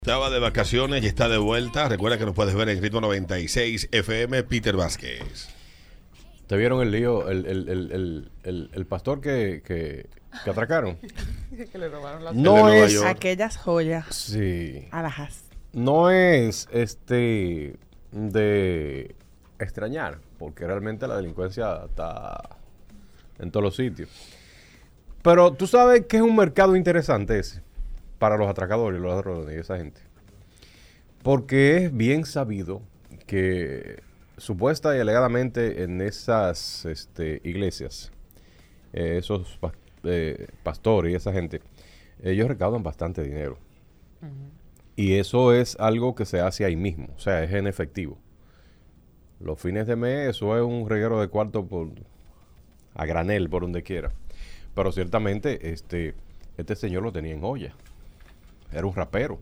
Estaba de vacaciones y está de vuelta. Recuerda que nos puedes ver en Ritmo 96 FM, Peter Vázquez. ¿Te vieron el lío, el pastor que atracaron? Que le robaron las No Nueva es... York. aquellas joyas Sí. alhajas. No es de extrañar, porque realmente la delincuencia está en todos los sitios. Pero tú sabes que es un mercado interesante ese para los atracadores, los ladrones y esa gente. Porque es bien sabido que supuesta y alegadamente en esas iglesias, esos pastores y esa gente, ellos recaudan bastante dinero. Y eso es algo que se hace ahí mismo, o sea, es en efectivo. Los fines de mes, eso es un reguero de cuarto a granel, por donde quiera. Pero ciertamente, este señor lo tenía en olla. Era un rapero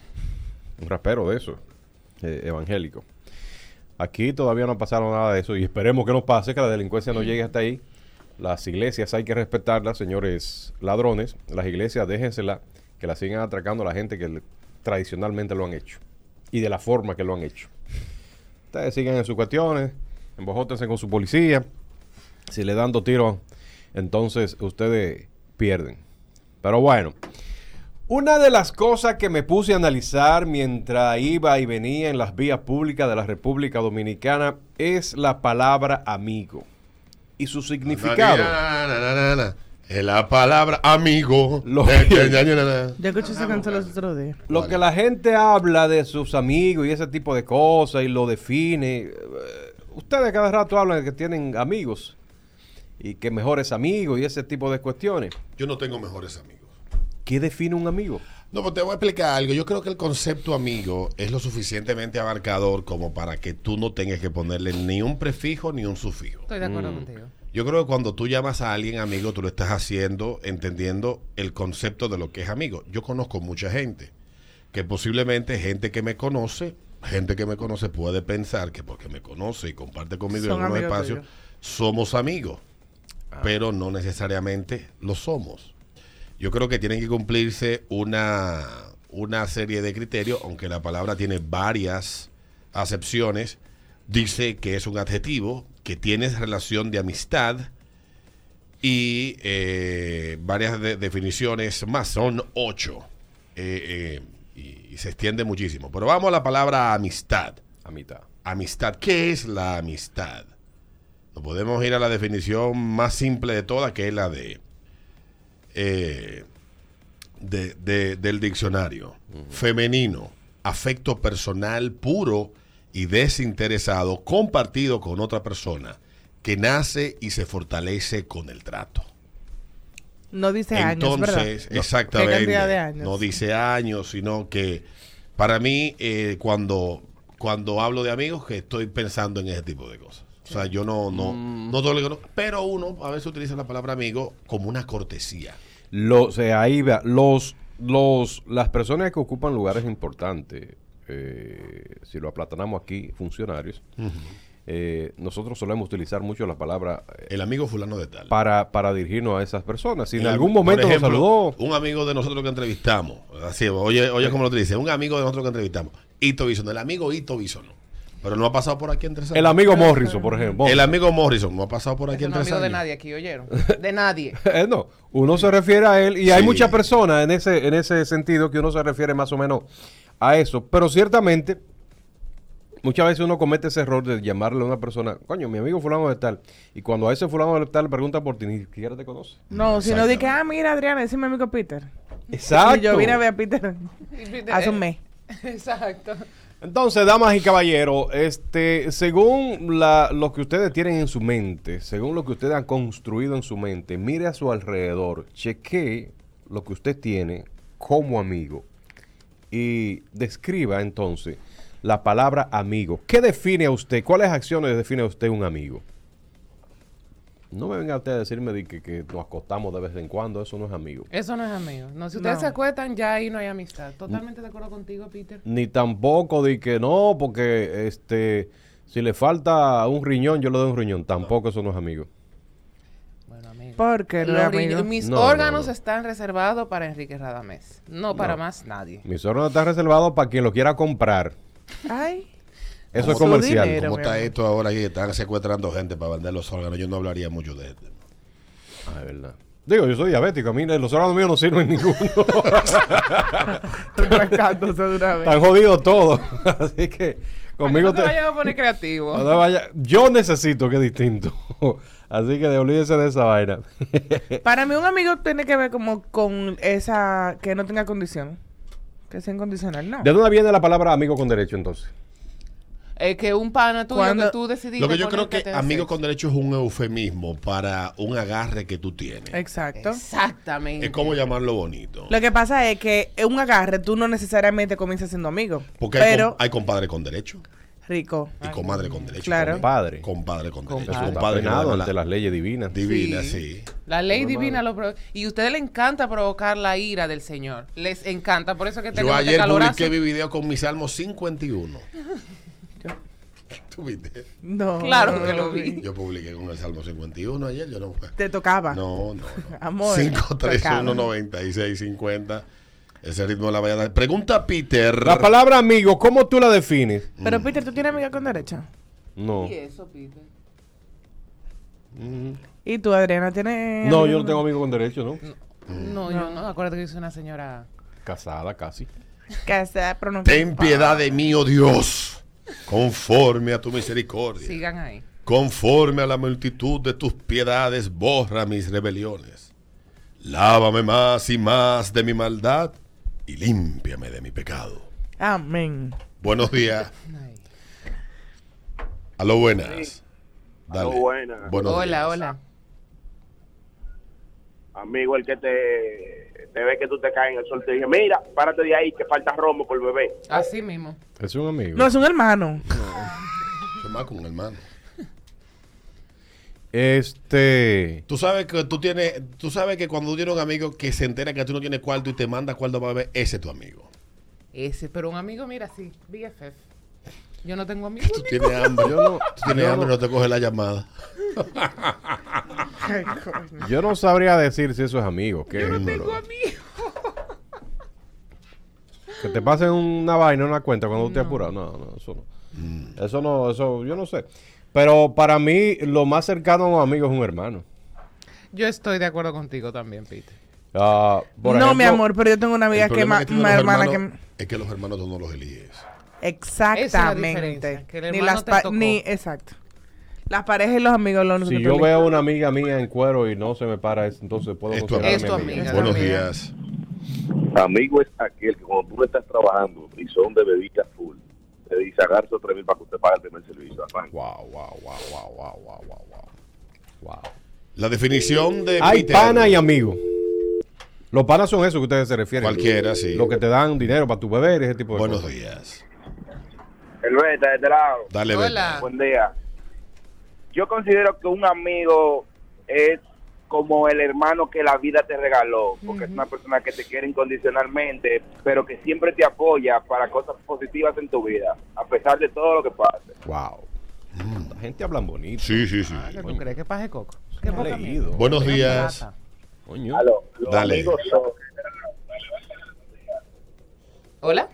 de eso, evangélico. Aquí todavía no ha pasado nada de eso y esperemos que no pase, que la delincuencia no llegue hasta ahí. Las iglesias hay que respetarlas, señores ladrones. Las iglesias déjensela, que la sigan atracando a la gente que tradicionalmente lo han hecho y de la forma que lo han hecho. Ustedes sigan en sus cuestiones, embojótense con su policía. Si le dan 2 tiros, entonces ustedes pierden. Pero bueno, una de las cosas que me puse a analizar mientras iba y venía en las vías públicas de la República Dominicana es la palabra amigo y su significado. Es la palabra amigo. Yo escuché esa canción los otros días. Lo que la gente habla de sus amigos y ese tipo de cosas y lo define. Ustedes cada rato hablan de que tienen amigos y que mejores amigos y ese tipo de cuestiones. Yo no tengo mejores amigos. ¿Qué define un amigo? No, pues te voy a explicar algo. Yo creo que el concepto amigo es lo suficientemente abarcador como para que tú no tengas que ponerle ni un prefijo ni un sufijo. Estoy de acuerdo contigo. Yo creo que cuando tú llamas a alguien amigo, tú lo estás haciendo entendiendo el concepto de lo que es amigo. Yo conozco mucha gente, que posiblemente gente que me conoce puede pensar que porque me conoce y comparte conmigo en Son algunos amigos espacios, tuyos. somos amigos, pero no necesariamente lo somos. Yo creo que tienen que cumplirse una serie de criterios, aunque la palabra tiene varias acepciones. Dice que es un adjetivo, que tienes relación de amistad y varias definiciones más, son 8 y se extiende muchísimo. Pero vamos a la palabra amistad. Amistad, ¿qué es la amistad? No podemos ir a la definición más simple de todas, que es la del diccionario. Femenino, afecto personal puro y desinteresado compartido con otra persona que nace y se fortalece con el trato. No dice años, ¿verdad? Entonces, exactamente. ¿Qué cantidad de años? No dice años, sino que para mí, cuando hablo de amigos, que estoy pensando en ese tipo de cosas. O sea, yo no todo lo conozco, pero uno a veces utiliza la palabra amigo como una cortesía. O sea, ahí va. Las personas que ocupan lugares importantes, si lo aplatanamos aquí, funcionarios, nosotros solemos utilizar mucho la palabra El amigo fulano de tal. para dirigirnos a esas personas. Si en algún momento por ejemplo, nos saludó, un amigo de nosotros que entrevistamos, así, oye como lo dice, un amigo de nosotros que entrevistamos, Ito Bisono, el amigo Ito Bisono. Pero no ha pasado por aquí en 3 años. el amigo Morrison, por ejemplo. El amigo Morrison no ha pasado por aquí Es en un 3 amigo años. de nadie aquí, ¿oyeron? De nadie. No, uno se refiere a él y hay Sí. muchas personas en ese sentido que uno se refiere más o menos a eso. Pero ciertamente, muchas veces uno comete ese error de llamarle a una persona, coño, mi amigo fulano de tal. Y cuando a ese fulano de tal le pregunta por ti, ni siquiera te conoce. No, si no di que, mira, Adriana, ese es mi amigo Peter. Exacto. Y yo vine a ver a Peter hace un mes. Exacto. Entonces, damas y caballeros, según lo que ustedes tienen en su mente, según lo que ustedes han construido en su mente, mire a su alrededor, chequee lo que usted tiene como amigo y describa entonces la palabra amigo. ¿Qué define a usted? ¿Cuáles acciones define a usted un amigo? No me venga usted a decirme de que nos acostamos de vez en cuando, eso no es amigo. Eso no es amigo. No, si ustedes No. se acuestan, ya ahí no hay amistad. Totalmente de acuerdo contigo, Peter. Ni tampoco de que no, porque si le falta un riñón, yo le doy un riñón. Tampoco eso no es amigo. Bueno, amigo. Porque no es amigo. Mis No, órganos no. están reservados para Enrique Radamés. No para más nadie. Mis órganos están reservados para quien lo quiera comprar. Ay. Eso es Su comercial. dinero. ¿Cómo mi está amor. esto ahora? Y están secuestrando gente para vender los órganos. Yo no hablaría mucho de esto. Ah, es verdad. Digo, yo soy diabético. A mí los órganos míos no sirven ninguno. Rascándose de una vez. Están jodidos todos. Así que conmigo No te vayas a poner creativo. No vaya- Yo necesito que es distinto. Así que olvídese de esa vaina. Para mí un amigo tiene que ver como con esa que no tenga condición. Que sea incondicional, ¿no? ¿De dónde viene la palabra amigo con derecho entonces? Que un pana tuyo Cuando- que tú decidiste Lo que yo creo poner que te amigo hace. con derecho es un eufemismo para un agarre que tú tienes. Exacto. Exactamente. Es como llamarlo bonito. Lo que pasa es que un agarre tú no necesariamente comienzas siendo amigo. Porque pero hay compadre con derecho rico. y comadre con derecho. Claro. también. Compadre. Compadre con derecho. Compadre. Está Compadre que penado no es ante la- las leyes divinas. divina, Sí. sí. La ley Normal. divina lo provoca. Y a ustedes les encanta provocar la ira del Señor. Les encanta. Por eso que Yo tenemos ayer calorazo. publiqué mi video con mi Salmo 51. ¿Tú viste? No. Claro no, que lo no, vi. Yo publiqué con el Salmo 51 ayer. Yo no. Te tocaba. No. Amor, 5319650. Ese ritmo de la mañana. Pregunta Peter. La palabra amigo, ¿cómo tú la defines? Pero Peter, ¿tú tienes amiga con derecho? No. ¿Y eso, Peter? ¿Y tú, Adriana, tienes No, amiga yo no con tengo amigo con derecho, ¿no? No, yo no. Acuérdate que yo soy una señora. Casada casi. Que sea, pero no- Ten piedad de mí, oh Dios, conforme a tu misericordia. Sigan ahí. Conforme a la multitud de tus piedades, borra mis rebeliones. Lávame más y más de mi maldad y límpiame de mi pecado. Amén. Buenos días. Ay. Aló, buenas. Aló, buenas. Buenos Hola, días. hola. Amigo, el que te ve que tú te caes en el sol, te dije, mira, párate de ahí, que falta romo por bebé. Así mismo. Es un amigo. No, es un hermano. Soy más con un hermano. Tú sabes que tú sabes que cuando tú tienes un amigo que se entera que tú no tienes cuarto y te manda cuarto para beber, ese es tu amigo. Ese, pero un amigo, mira, sí. BFF. Yo no tengo amigos. Tú tienes hambre. Yo no- tú tienes hambre y no te coge la llamada. Ay, coño. Yo no sabría decir si eso es amigo. ¿Qué? Yo no tengo amigos. Que te pasen una vaina, una cuenta cuando tú te apuras. No, eso no. Eso yo no sé. Pero para mí, lo más cercano a un amigo es un hermano. Yo estoy de acuerdo contigo también, Peter. Por No, ejemplo, mi amor, pero yo tengo una amiga El que es problema más tienen una los hermana hermanos que... es que los hermanos tú no los eliges. Exactamente. diferencia, que el Ni hermano las te pa- tocó. ni exacto. Las parejas y los amigos lo único Si que yo tú veo una amiga mía en cuero y no se me para, entonces puedo Es tu considerar Es tu mi amiga. amiga. Buenos amiga. días. Amigo es aquel que cuando tú estás trabajando y son de bebida full, te dice agarra esos 3,000 para que usted pague el primer servicio. Arranca. Wow. La definición de Hay Peter. pana y amigo. Los panas son eso que ustedes se refieren. Cualquiera, sí. Lo que te dan dinero para tu beber, ese tipo de Buenos cosas. días. El beta de este lado. Dale, Hola. Beta. Buen día. Yo considero que un amigo es como el hermano que la vida te regaló, porque es una persona que te quiere incondicionalmente, pero que siempre te apoya para cosas positivas en tu vida, a pesar de todo lo que pase. Wow. La gente habla bonito. Sí. ¿Qué tú Coño. crees? ¿Qué paje coco? ¿Qué He poca leído. mierda. Buenos Mira, días. plata. Coño. Aló, los Dale. amigos son ¿Hola?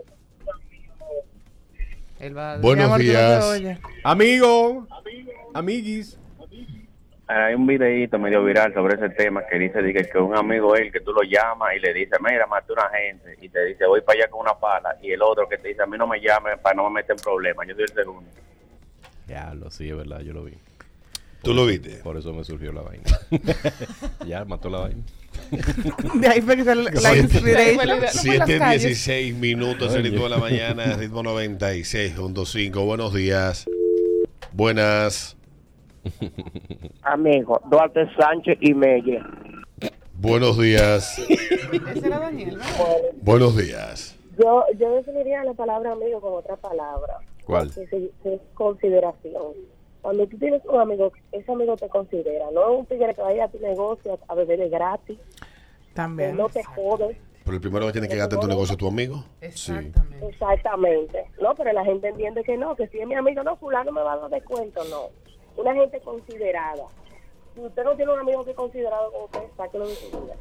Él va... Buenos Mi amor, tú no te días. oyes. Amigo. Amiguis. Hay un videíto medio viral sobre ese tema que dice que un amigo es el que tú lo llamas y le dice, mira, maté a una gente, y te dice, voy para allá con una pala, y el otro que te dice, a mí no me llames para no me meter en problemas, yo soy el segundo. Ya, sí, es verdad, yo lo vi. ¿Tú lo viste? Por eso me surgió la vaina. Ya, mató la vaina. De ahí fue que sale la Sí. inspiration. No fue en las calles. 7:16 minutos, el ritmo de la mañana, ritmo 96.5. Buenos días. Buenas. Amigo, Duarte Sánchez y Meyer. Buenos días. Ese era Daniel, ¿verdad? Buenos días. Yo definiría la palabra amigo con otra palabra. ¿Cuál? Que es consideración. Cuando tú tienes un amigo, ese amigo te considera. No es un tigre que vaya a tu negocio a beber de gratis. Que También. no te jode. Pero el primero que tiene que gastar en tu negocio es tu amigo. Exactamente. Exactamente. No, pero la gente entiende que no, que si es mi amigo, no, fulano me va a dar descuento. No. Una gente considerada. Si usted no tiene un amigo que es considerado como usted, sáquelo de su vida.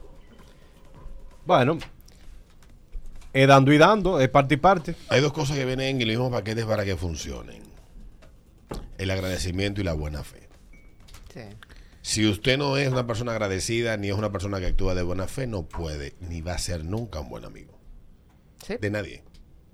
Bueno, es dando y dando, es parte y parte. Hay dos cosas que vienen en el mismo paquete para que funcionen. El agradecimiento y la buena fe. Sí. Si usted no es una persona agradecida, ni es una persona que actúa de buena fe, no puede, ni va a ser nunca un buen amigo. Sí. De nadie.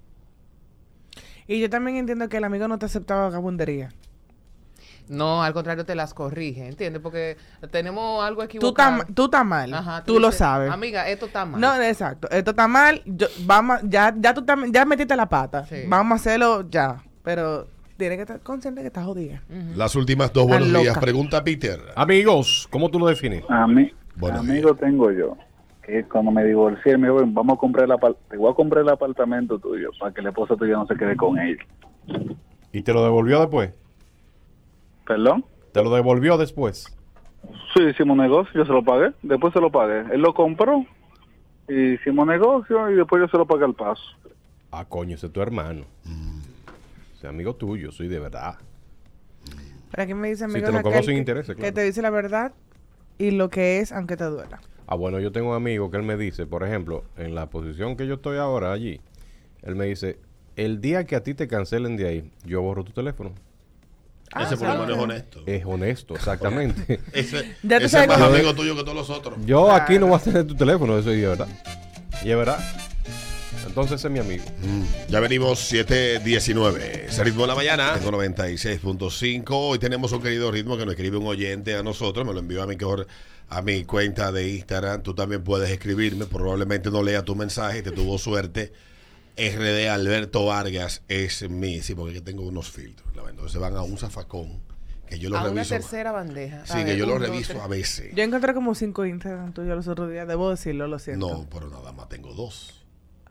Y yo también entiendo que el amigo no te aceptaba vagabundería. No, al contrario, te las corrige, ¿entiendes? Porque tenemos algo Tú equivocado. estás mal. Ajá, tú lo dices, sabes. Amiga, esto está mal. No, exacto. Esto está mal. Vamos, ya tú ya metiste la pata. Sí. Vamos a hacerlo ya. Pero tienes que estar consciente que estás jodida. Las últimas dos buenos Estás días. loca. Pregunta Peter. Amigos, ¿cómo tú lo defines? Buenos Amigo tengo yo, que cuando me divorcié, me dijo, vamos a comprar te voy a comprar el apartamento tuyo para que la esposa tuya no se quede con él. ¿Y te lo devolvió después? ¿Perdón? ¿Te lo devolvió después? Sí, hicimos negocio, yo se lo pagué, después se lo pagué. Él lo compró, y hicimos negocio y después yo se lo pagué al paso. Ah, coño, ese es tu hermano. Ese amigo tuyo, soy de verdad. Pero aquí me dice Si amigo te lo Raquel, conoce sin que- intereses, que claro. te dice la verdad y lo que es, aunque te duela. Ah, bueno, yo tengo un amigo que él me dice, por ejemplo, en la posición que yo estoy ahora allí, él me dice, el día que a ti te cancelen de ahí, yo borro tu teléfono. Ese por lo menos es honesto. Es honesto, exactamente. Ese, Ya tú ese sabes es más cómo- amigo tuyo que todos los otros. Yo aquí no voy a tener tu teléfono, eso es verdad. Y es verdad. Entonces ese es mi amigo. Ya venimos 7:19. Ese ritmo de la mañana. Tengo 96.5. Hoy tenemos un querido ritmo que nos escribe un oyente a nosotros. Me lo envió a mi cuenta de Instagram. Tú también puedes escribirme. Probablemente no lea tu mensaje. Te tuvo suerte. RD Alberto Vargas es mi. Sí, porque aquí tengo unos filtros. Entonces van a un zafacón. Que yo lo A una reviso. tercera bandeja. Sí, A que ver, yo lo 1, 2, reviso 3. a veces. Yo encontré como 5 Instagram tuyos los otros días. Debo decirlo, lo siento. No, pero nada más tengo 2.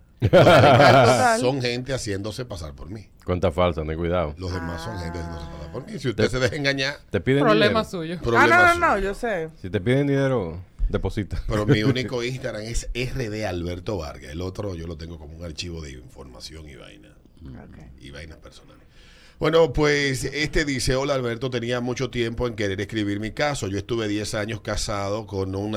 Total. Son gente haciéndose pasar por mí. Cuenta falsa, ten cuidado. Los demás son gente haciéndose pasar por mí. Si usted se deja engañar, Te piden Problema dinero. suyo. problema No, suyo. yo sé. Si te piden dinero, deposita. Pero mi único Instagram es RD Alberto Vargas. El otro yo lo tengo como un archivo de información y vaina. Y vainas personales. Bueno, pues este dice, hola Alberto, tenía mucho tiempo en querer escribir mi caso. Yo estuve 10 años casada con un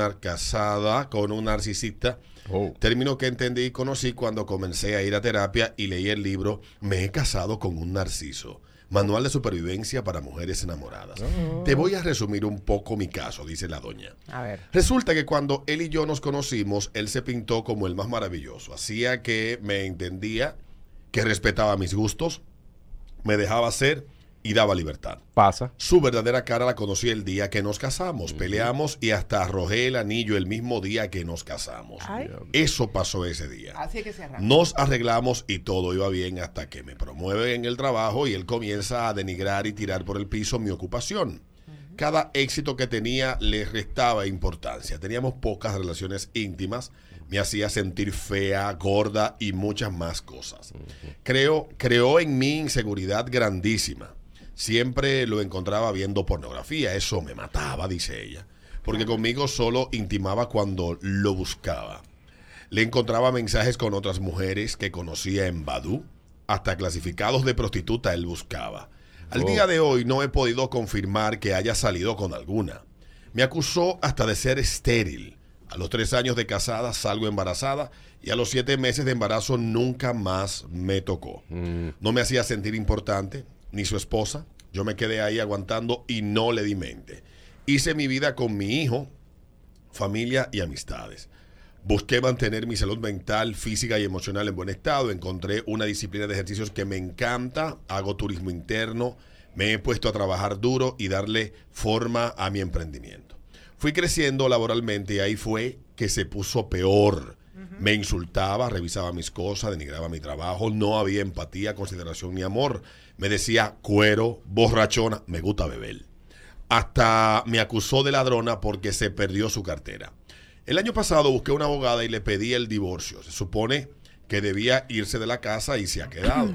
narcisista. Oh. Término que entendí y conocí cuando comencé a ir a terapia y leí el libro Me he casado con un narciso. Manual de supervivencia para mujeres enamoradas. Te voy a resumir un poco mi caso, dice la doña. A ver. Resulta que cuando él y yo nos conocimos, él se pintó como el más maravilloso. Hacía que me entendía, que respetaba mis gustos, me dejaba ser y daba libertad. Pasa. Su verdadera cara la conocí el día que nos casamos. Peleamos y hasta arrojé el anillo el mismo día que nos casamos. Ay. Eso pasó ese día. Así es que se arranca. Nos arreglamos y todo iba bien hasta que me promueve en el trabajo y él comienza a denigrar y tirar por el piso mi ocupación. Cada éxito que tenía le restaba importancia. Teníamos pocas relaciones íntimas. Me hacía sentir fea, gorda y muchas más cosas. Creó en mí inseguridad grandísima. Siempre lo encontraba viendo pornografía. Eso me mataba, dice ella. Porque conmigo solo intimaba cuando lo buscaba. Le encontraba mensajes con otras mujeres que conocía en Badoo. Hasta clasificados de prostituta él buscaba. Al día de hoy no he podido confirmar que haya salido con alguna. Me acusó hasta de ser estéril. A los 3 años de casada salgo embarazada y a los 7 meses de embarazo nunca más me tocó. No me hacía sentir importante, ni su esposa. Yo me quedé ahí aguantando y no le di mente. Hice mi vida con mi hijo, familia y amistades. Busqué mantener mi salud mental, física y emocional en buen estado. Encontré una disciplina de ejercicios que me encanta. Hago turismo interno. Me he puesto a trabajar duro y darle forma a mi emprendimiento. Fui creciendo laboralmente y ahí fue que se puso peor. Me insultaba, revisaba mis cosas, denigraba mi trabajo. No había empatía, consideración ni amor. Me decía cuero, borrachona, me gusta beber. Hasta me acusó de ladrona porque se perdió su cartera. El año pasado busqué una abogada y le pedí el divorcio. Se supone que debía irse de la casa y se ha quedado.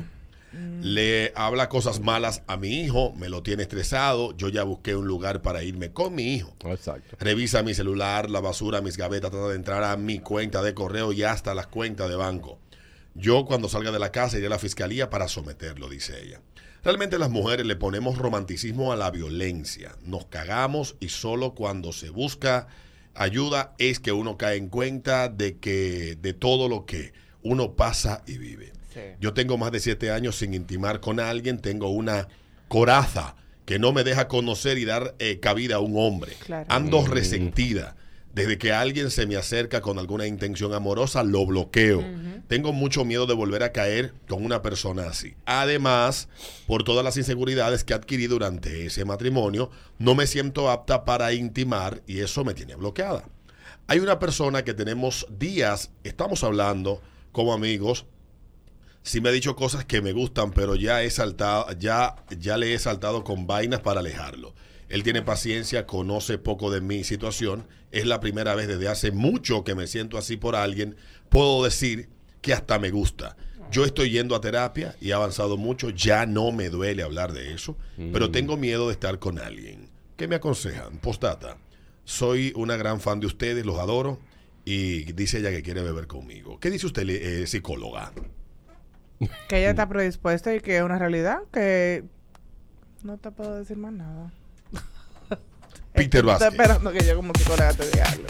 Le habla cosas malas a mi hijo, me lo tiene estresado. Yo ya busqué un lugar para irme con mi hijo. Exacto. Revisa mi celular, la basura, mis gavetas, trata de entrar a mi cuenta de correo y hasta las cuentas de banco. Yo cuando salga de la casa iré a la fiscalía para someterlo, dice ella. Realmente las mujeres le ponemos romanticismo a la violencia. Nos cagamos y solo cuando se busca ayuda es que uno cae en cuenta de todo lo que uno pasa y vive. Sí. Yo tengo más de 7 años sin intimar con alguien. Tengo una coraza que no me deja conocer y dar cabida a un hombre. Claro. Ando resentida. Desde que alguien se me acerca con alguna intención amorosa, lo bloqueo. Tengo mucho miedo de volver a caer con una persona así. Además, por todas las inseguridades que adquirí durante ese matrimonio, no me siento apta para intimar y eso me tiene bloqueada. Hay una persona que tenemos días, estamos hablando como amigos, sí me ha dicho cosas que me gustan, pero ya le he saltado con vainas para alejarlo. Él tiene paciencia, conoce poco de mi situación. Es la primera vez desde hace mucho que me siento así por alguien. Puedo decir que hasta me gusta. Yo estoy yendo a terapia y he avanzado mucho. Ya no me duele hablar de eso, pero tengo miedo de estar con alguien. ¿Qué me aconsejan? Postdata. Soy una gran fan de ustedes, los adoro. Y dice ella que quiere beber conmigo. ¿Qué dice usted, psicóloga? Que ella está predispuesta y que es una realidad que no te puedo decir más nada. Peter Vázquez. Estoy esperando que yo como psicóloga te diga algo.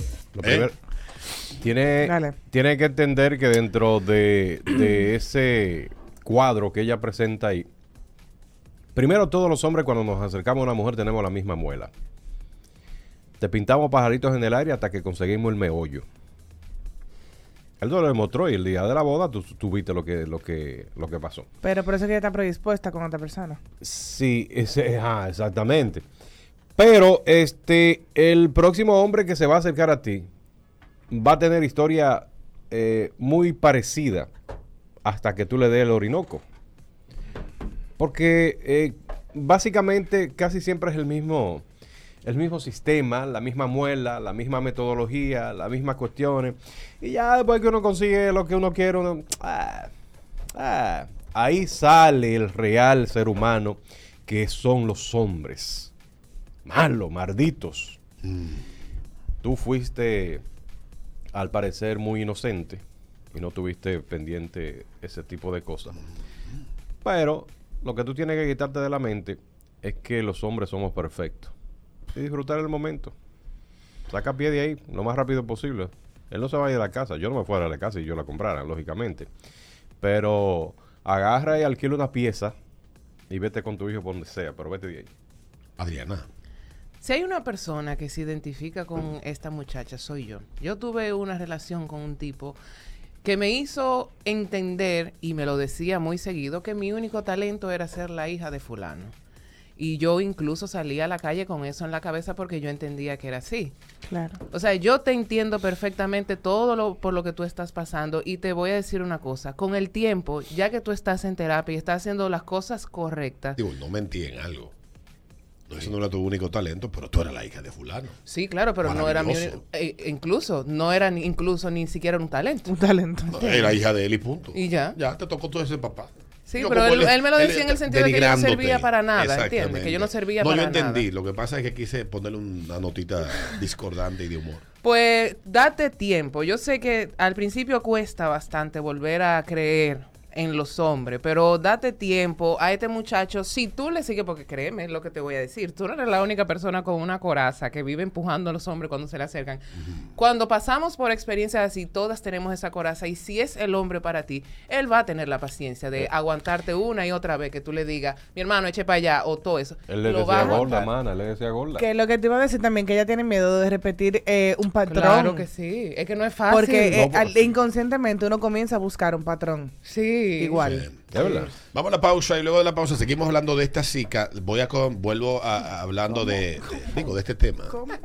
Tiene que entender que dentro de ese cuadro que ella presenta ahí, primero todos los hombres cuando nos acercamos a una mujer tenemos la misma muela. Te pintamos pajaritos en el aire hasta que conseguimos el meollo. Él te lo demostró y el día de la boda tú viste lo que pasó. Pero por eso es que ella está predispuesta con otra persona. Sí, exactamente. Pero el próximo hombre que se va a acercar a ti va a tener historia muy parecida hasta que tú le des el Orinoco. Porque básicamente casi siempre es el mismo sistema, la misma muela, la misma metodología, las mismas cuestiones. Y ya después que uno consigue lo que uno quiere, ahí sale el real ser humano que son los hombres. Malos, malditos. Tú fuiste, al parecer, muy inocente y no tuviste pendiente ese tipo de cosas. Pero lo que tú tienes que quitarte de la mente es que los hombres somos perfectos. Y disfrutar el momento. Saca pie de ahí lo más rápido posible. Él no se va a ir a la casa. Yo no me fuera a la casa y yo la comprara, lógicamente. Pero agarra y alquila una pieza y vete con tu hijo por donde sea, pero vete de ahí. Adriana. Si hay una persona que se identifica con esta muchacha, soy yo. Yo tuve una relación con un tipo que me hizo entender, y me lo decía muy seguido, que mi único talento era ser la hija de fulano. Y yo incluso salía a la calle con eso en la cabeza porque yo entendía que era así. Claro. O sea, yo te entiendo perfectamente por lo que tú estás pasando, y te voy a decir una cosa. Con el tiempo, ya que tú estás en terapia y estás haciendo las cosas correctas... Digo, no mentí en algo. No, eso no era tu único talento, pero tú eras la hija de fulano. Sí, claro, pero no era mi... incluso, no era ni siquiera un talento. Un talento. No, era hija de él y punto. Y ya. Ya, te tocó todo ese papá. Sí, pero él me lo decía en el sentido de que yo no servía para nada, ¿entiendes? Que yo no servía para nada. No, yo entendí. Lo que pasa es que quise ponerle una notita discordante y de humor. Pues, date tiempo. Yo sé que al principio cuesta bastante volver a creer en los hombres, pero date tiempo a este muchacho. Si tú le sigues, porque créeme, es lo que te voy a decir, tú no eres la única persona con una coraza que vive empujando a los hombres cuando se le acercan. Cuando pasamos por experiencias así, todas tenemos esa coraza, y si es el hombre para ti, él va a tener la paciencia de aguantarte una y otra vez que tú le digas, mi hermano, eche para allá, o todo eso. Él le decía gorda, mana, él le decía gorda. Que lo que te iba a decir también, que ella tiene miedo de repetir un patrón. Claro que sí, es que no es fácil. Porque inconscientemente uno comienza a buscar un patrón. Sí. Igual. Vamos a la pausa y luego de la pausa seguimos hablando de esta chica. Vuelvo hablando de este tema.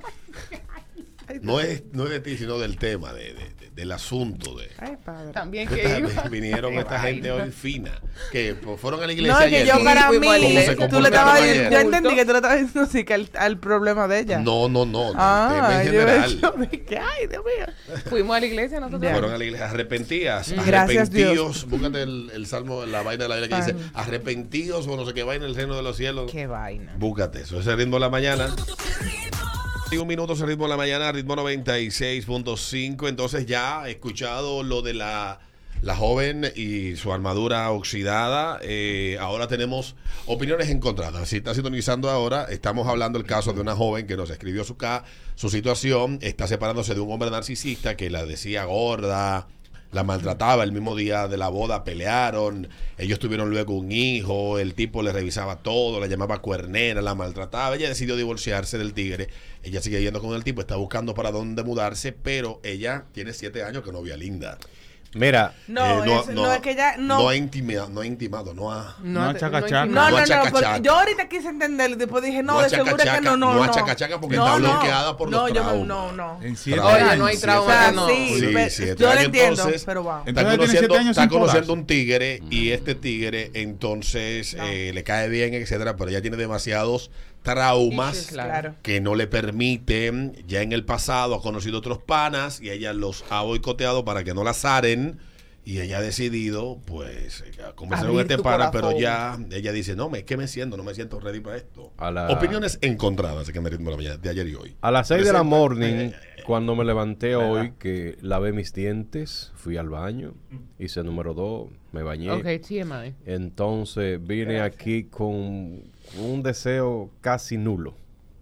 No es de ti, sino del tema, del asunto. Ay, padre. También que vinieron esta gente hoy fina, que fueron a la iglesia. No, es que yo para mí, tú le estabas yo entendí que tú le estabas diciendo sí que al problema de ella. No, el tema en general. Ay, Dios mío. Fuimos a la iglesia nosotros. Fueron a la iglesia, arrepentíos, búscate el salmo, la vaina de la Biblia que dice, arrepentíos o no sé qué vaina en el reino de los cielos. Qué vaina. Búscate eso, ese ritmo de la mañana. 1 minuto el ritmo de la mañana, ritmo 96.5. Entonces ya he escuchado lo de la La joven y su armadura oxidada. Ahora tenemos opiniones encontradas. Si está sintonizando ahora, estamos hablando del caso de una joven que nos escribió su situación. Está separándose de un hombre narcisista que la decía gorda, la maltrataba. El mismo día de la boda pelearon. Ellos tuvieron luego un hijo. El tipo le revisaba todo, la llamaba cuernera, la maltrataba. Ella decidió divorciarse del tigre. Ella sigue yendo con el tipo, está buscando para dónde mudarse, pero ella tiene 7 años que novia linda. Mira, No, es que ella no ha intimado, no ha chacachaca. no ha chacachaca. Porque yo ahorita quise entenderlo y después dije, no, de seguro que no. No ha chacachaca porque está bloqueada por los traumas. No. En 7 Oye, años. no hay trauma. O sea, sí, yo lo entiendo, pero va. Está conociendo un tigre y este tigre entonces le cae bien, etcétera, pero ella tiene demasiados traumas Claro. que no le permiten. Ya en el pasado ha conocido otros panas y ella los ha boicoteado para que no la zaren, y ella ha decidido pues conversar con este pana, pero ya ella dice, no me siento ready para esto. Opiniones encontradas que me ritmo la mañana de ayer y hoy. A las 6 de la morning, cuando me levanté hoy, que lavé mis dientes, fui al baño, hice número 2, me bañé. Ok, TMI. Entonces vine aquí con un deseo casi nulo.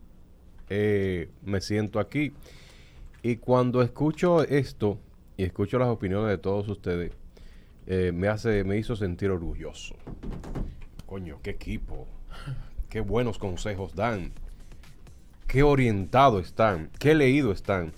Me siento aquí y cuando escucho esto y escucho las opiniones de todos ustedes, me hizo sentir orgulloso. Coño, qué equipo, qué buenos consejos dan, qué orientado están, qué leído están.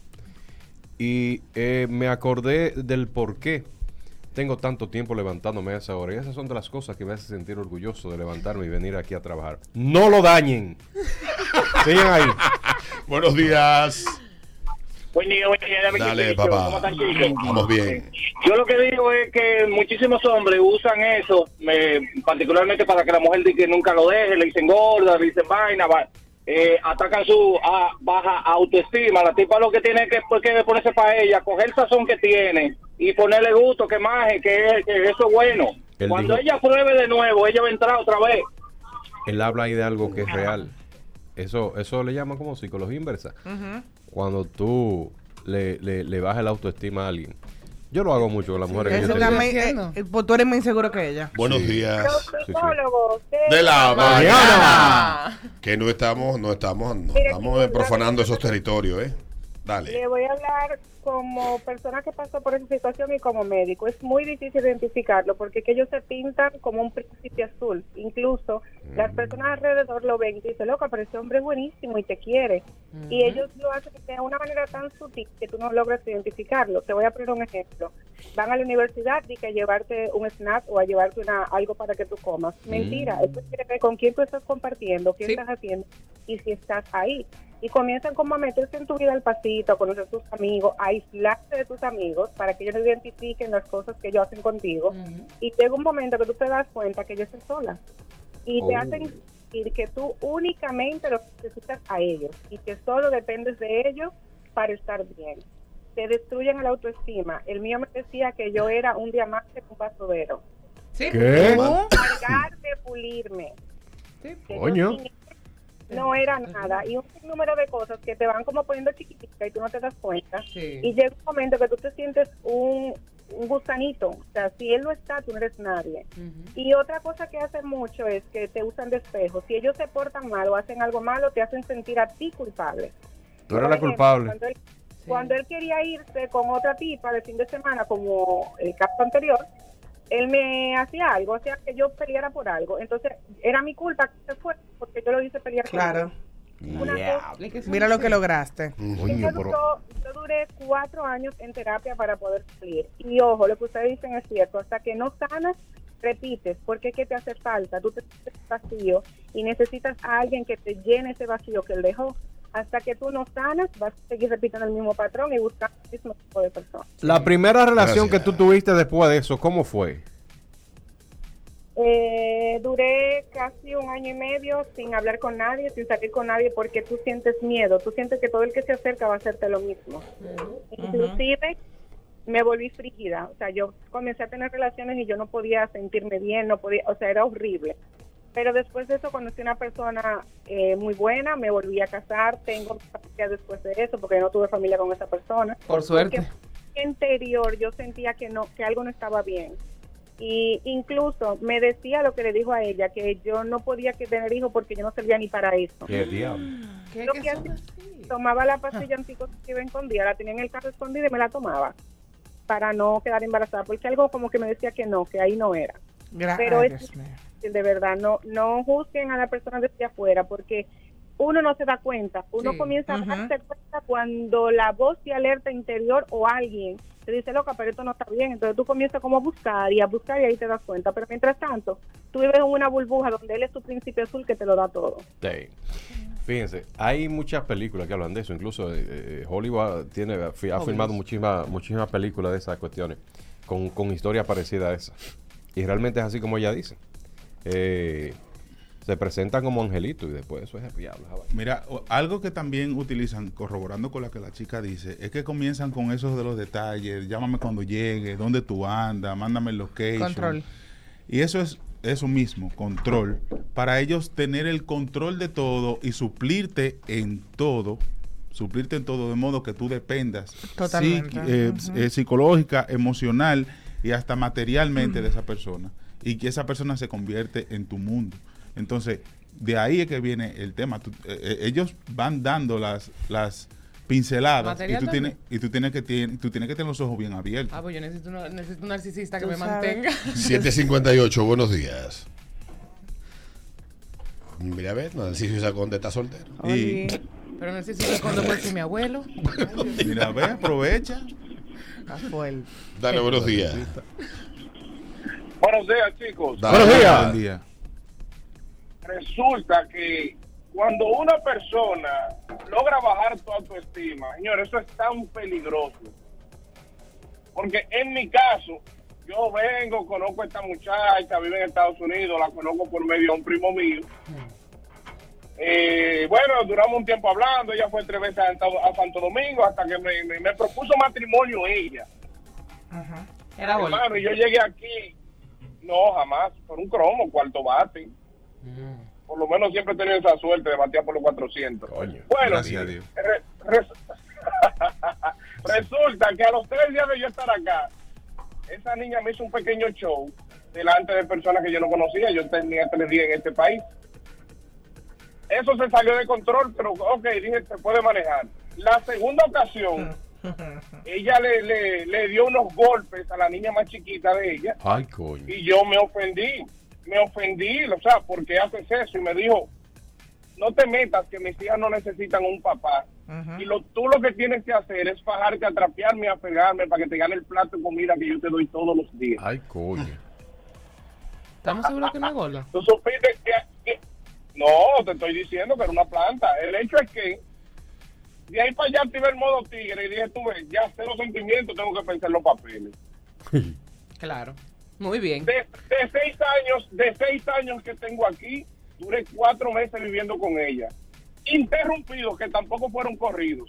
Y me acordé del por qué tengo tanto tiempo levantándome a esa hora. Y esas son de las cosas que me hacen sentir orgulloso de levantarme y venir aquí a trabajar. ¡No lo dañen! Sigan ahí. Buenos días. Buen día, dale, papá. ¿Cómo están, chicos? Vamos bien. Yo lo que digo es que muchísimos hombres usan eso, particularmente para que la mujer diga que nunca lo deje, le dicen gorda, le dicen vaina, atacan su baja autoestima. La tipa lo que tiene que ponerse para ella, coger el sazón que tiene y ponerle gusto, que maje, que eso es bueno. Cuando ella pruebe de nuevo, ella va a entrar otra vez. Él habla ahí de algo que es real. Eso le llaman como psicología inversa. Cuando tú le bajas la autoestima a alguien. Yo lo hago mucho con las mujeres. Pues tú eres más inseguro que ella. Buenos días. Los psicólogos de la mañana. Que no estamos profanando esos territorios, Dale. Le voy a hablar como persona que pasó por esa situación y como médico. Es muy difícil identificarlo porque es que ellos se pintan como un príncipe azul. Incluso las personas alrededor lo ven y dicen, loca, pero ese hombre es buenísimo y te quiere. Y ellos lo hacen de una manera tan sutil que tú no logras identificarlo. Te voy a poner un ejemplo. Van a la universidad y que a llevarte un snack o a llevarte algo para que tú comas. Mentira. Eso quiere ver con quién tú estás compartiendo, qué estás haciendo y si estás ahí. Y comienzan como a meterse en tu vida al pasito, a conocer a tus amigos, a aislarte de tus amigos para que ellos no identifiquen las cosas que ellos hacen contigo. Y llega un momento que tú te das cuenta que ellos están solas. Y te hacen decir que tú únicamente los necesitas a ellos y que solo dependes de ellos para estar bien. Te destruyen la autoestima. El mío me decía que yo era un diamante con basodero. ¿Qué? Cargar de pulirme. Coño. No era nada, y un número de cosas que te van como poniendo chiquitica y tú no te das cuenta, y llega un momento que tú te sientes un gusanito, o sea, si él no está, tú no eres nadie. Y otra cosa que hacen mucho es que te usan de espejo. Si ellos se portan mal o hacen algo malo, te hacen sentir a ti culpable. Tú eres la culpable. Cuando él quería irse con otra tipa de fin de semana, como el caso anterior, él me hacía algo, hacía que yo peleara por algo. Entonces, era mi culpa que se fue, porque yo lo hice pelear por Claro. cosa, Mira lo que lograste. Yo duré 4 años en terapia para poder salir. Y ojo, lo que ustedes dicen es cierto. Hasta que no sanas, repites, porque es que te hace falta. Tú te sientes vacío y necesitas a alguien que te llene ese vacío que él dejó. Hasta que tú no sanas, vas a seguir repitiendo el mismo patrón y buscando el mismo tipo de personas. La primera relación que tú tuviste después de eso, ¿cómo fue? Duré casi 1 año y medio sin hablar con nadie, sin salir con nadie, porque tú sientes miedo, tú sientes que todo el que se acerca va a hacerte lo mismo. Inclusive me volví frígida, o sea, yo comencé a tener relaciones y yo no podía sentirme bien, no podía, o sea, era horrible. Pero después de eso conocí una persona muy buena, me volví a casar, tengo familia después de eso, porque no tuve familia con esa persona. Por suerte. interior yo sentía que no, que algo no estaba bien. Y incluso me decía lo que le dijo a ella, que yo no podía tener hijos porque yo no servía ni para eso. ¿Qué diablo? Lo que hacía, tomaba la pastilla anticonceptiva escondida, la tenía en el carro escondida y me la tomaba para no quedar embarazada, porque algo como que me decía que no, que ahí no era. Pero es de verdad, no juzguen a la persona desde afuera, porque uno no se da cuenta, uno comienza a darse cuenta cuando la voz de alerta interior o alguien te dice, loca, pero esto no está bien, entonces tú comienzas como a buscar y ahí te das cuenta, pero mientras tanto, tú vives en una burbuja donde él es tu príncipe azul que te lo da todo. Sí. Fíjense, hay muchas películas que hablan de eso, incluso Hollywood ha filmado muchísimas películas de esas cuestiones, con historias parecidas a esas, y realmente es así como ella dice. Se presentan como angelitos y después eso es el diablo. Mira, algo que también utilizan, corroborando con lo que la chica dice, es que comienzan con esos de los detalles, llámame cuando llegue, dónde tú andas, mándame el location. Control. Y eso es eso mismo, control, para ellos tener el control de todo y suplirte en todo, de modo que tú dependas psicológica, emocional y hasta materialmente de esa persona, y que esa persona se convierte en tu mundo. Entonces, de ahí es que viene el tema. Ellos van dando las pinceladas y tú tienes que tener los ojos bien abiertos. Pues yo necesito un narcisista que me mantenga. 7:58, buenos días. Mira, a ver, Narciso Isaconde está soltero. Pero Narciso Isaconde puede ser mi abuelo. Mira, a ver, aprovecha. Dale, buenos días. Buenos días, chicos. Buenos días. Buen día. Resulta que cuando una persona logra bajar tu autoestima, señor, eso es tan peligroso. Porque en mi caso, yo conozco a esta muchacha, vive en Estados Unidos, la conozco por medio de un primo mío. Bueno, duramos un tiempo hablando, ella fue 3 veces a Santo Domingo hasta que me propuso matrimonio ella. Era bueno. Hermano, y yo llegué aquí, no, jamás, por un cromo, cuarto bate. Por lo menos siempre he tenido esa suerte de batear por los 400. Coño, bueno, gracias a Dios. Resulta que a los 3 días de yo estar acá, esa niña me hizo un pequeño show delante de personas que yo no conocía. Yo tenía 3 días en este país. Eso se salió de control, pero ok, dije, se puede manejar. La segunda ocasión, ella le dio unos golpes a la niña más chiquita de ella. Ay, coño. Y yo me ofendí, o sea, ¿por qué haces eso? Y me dijo, no te metas, que mis hijas no necesitan un papá. Y tú lo que tienes que hacer es bajarte a trapearme, a pegarme para que te gane el plato de comida que yo te doy todos los días. Ay, coño. ¿Estamos seguros que no es gorda? Tú supiste que no, te estoy diciendo que era una planta. El hecho es que de ahí para allá activé el modo tigre y dije, tú ves, ya sé los sentimientos, tengo que pensar en los papeles. Claro. Muy bien. De 6 años que tengo aquí, duré 4 meses viviendo con ella. Interrumpidos, que tampoco fueron corridos.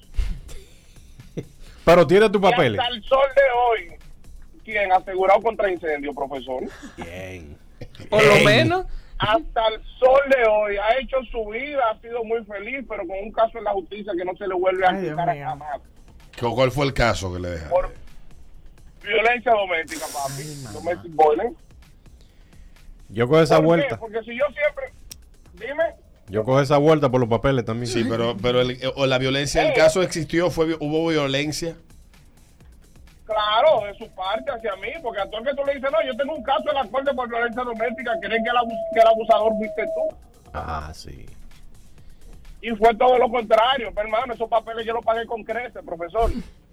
Pero tiene tus papeles. Hasta el sol de hoy, ¿quién? Asegurado contra incendio, profesor. Bien. Por lo menos. Hasta el sol de hoy ha hecho su vida, ha sido muy feliz, pero con un caso en la justicia que no se le vuelve a quitar jamás. ¿Cuál fue el caso que le dejaron? Por violencia doméstica, papi. Domestic violence. Yo cojo esa vuelta. ¿Qué? Porque si yo siempre... Dime. Yo cojo esa vuelta por los papeles también. Sí, pero la violencia, el caso existió, hubo violencia. Claro, de su parte hacia mí, porque a todo el que tú le dices, no, yo tengo un caso en la corte por violencia doméstica, creen que el abusador fuiste tú. Ah, sí. Y fue todo lo contrario, pero hermano, esos papeles yo los pagué con creces, profesor.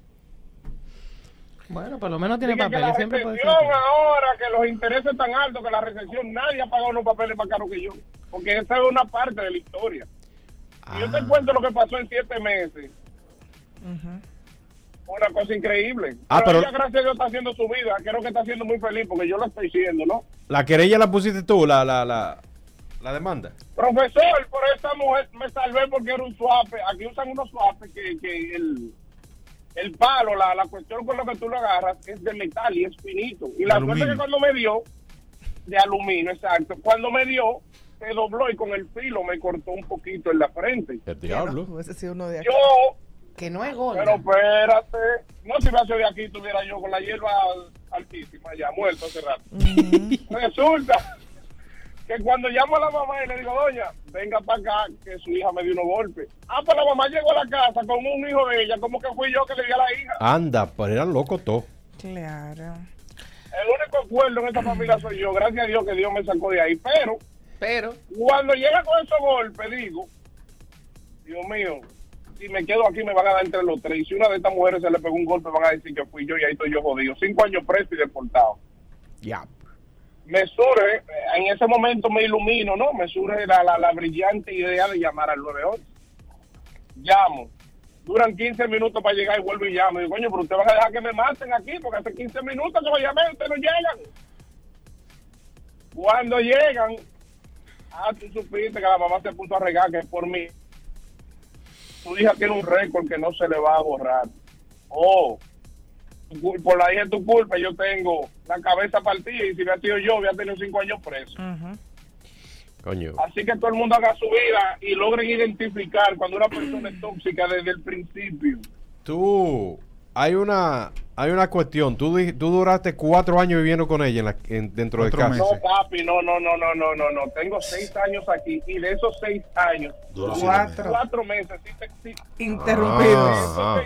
Bueno, por lo menos tiene Dice papeles. que la Siempre puede ser. recesión ahora, que los intereses tan altos, que la recesión, nadie ha pagado unos papeles más caros que yo, porque esa es una parte de la historia. Y yo te cuento lo que pasó en 7 meses. Una cosa increíble. Pero ella, gracias a Dios, está haciendo su vida. Creo que está siendo muy feliz porque yo lo estoy diciendo, ¿no? ¿La querella la pusiste tú, la demanda? Profesor, por esta mujer me salvé porque era un suape. Aquí usan unos suapes que el palo, la cuestión con lo que tú lo agarras es de metal y es finito. Y la suerte que cuando me dio, de aluminio, exacto, cuando me dio, se dobló y con el filo me cortó un poquito en la frente. El diablo. Yo Que no es gorda. Pero espérate, no si me hace de aquí estuviera yo con la hierba altísima ya, muerto hace rato. Resulta que cuando llamo a la mamá y le digo, doña, venga para acá, que su hija me dio unos golpes. Pues la mamá llegó a la casa con un hijo de ella, como que fui yo que le di a la hija. Anda, pero eran locos todos. Claro. El único acuerdo en esta familia soy yo, gracias a Dios que Dios me sacó de ahí, pero cuando llega con esos golpes, digo, Dios mío, si me quedo aquí me van a dar entre los tres, y si una de estas mujeres se le pegó un golpe van a decir que fui yo y ahí estoy yo jodido, 5 años preso y deportado. Ya. Me surge, en ese momento me ilumino, ¿no? Me surge la brillante idea de llamar al 911. Llamo. Duran 15 minutos para llegar y vuelvo y llamo. Digo, coño, pero usted va a dejar que me maten aquí porque hace 15 minutos que lo llamé, ustedes no llegan. Cuando llegan, tú supiste que la mamá se puso a regar, que es por mí. Tu hija tiene un récord que no se le va a borrar. Por la hija es tu culpa, yo tengo la cabeza partida y si hubiera sido yo, hubiera tenido 5 años preso. Coño. Así que todo el mundo haga su vida y logren identificar cuando una persona es tóxica desde el principio. Hay una cuestión. Tú duraste 4 años viviendo con ella dentro de casa. No, papi, no. Tengo 6 años aquí y de esos 6 años, 4 meses interrumpidos.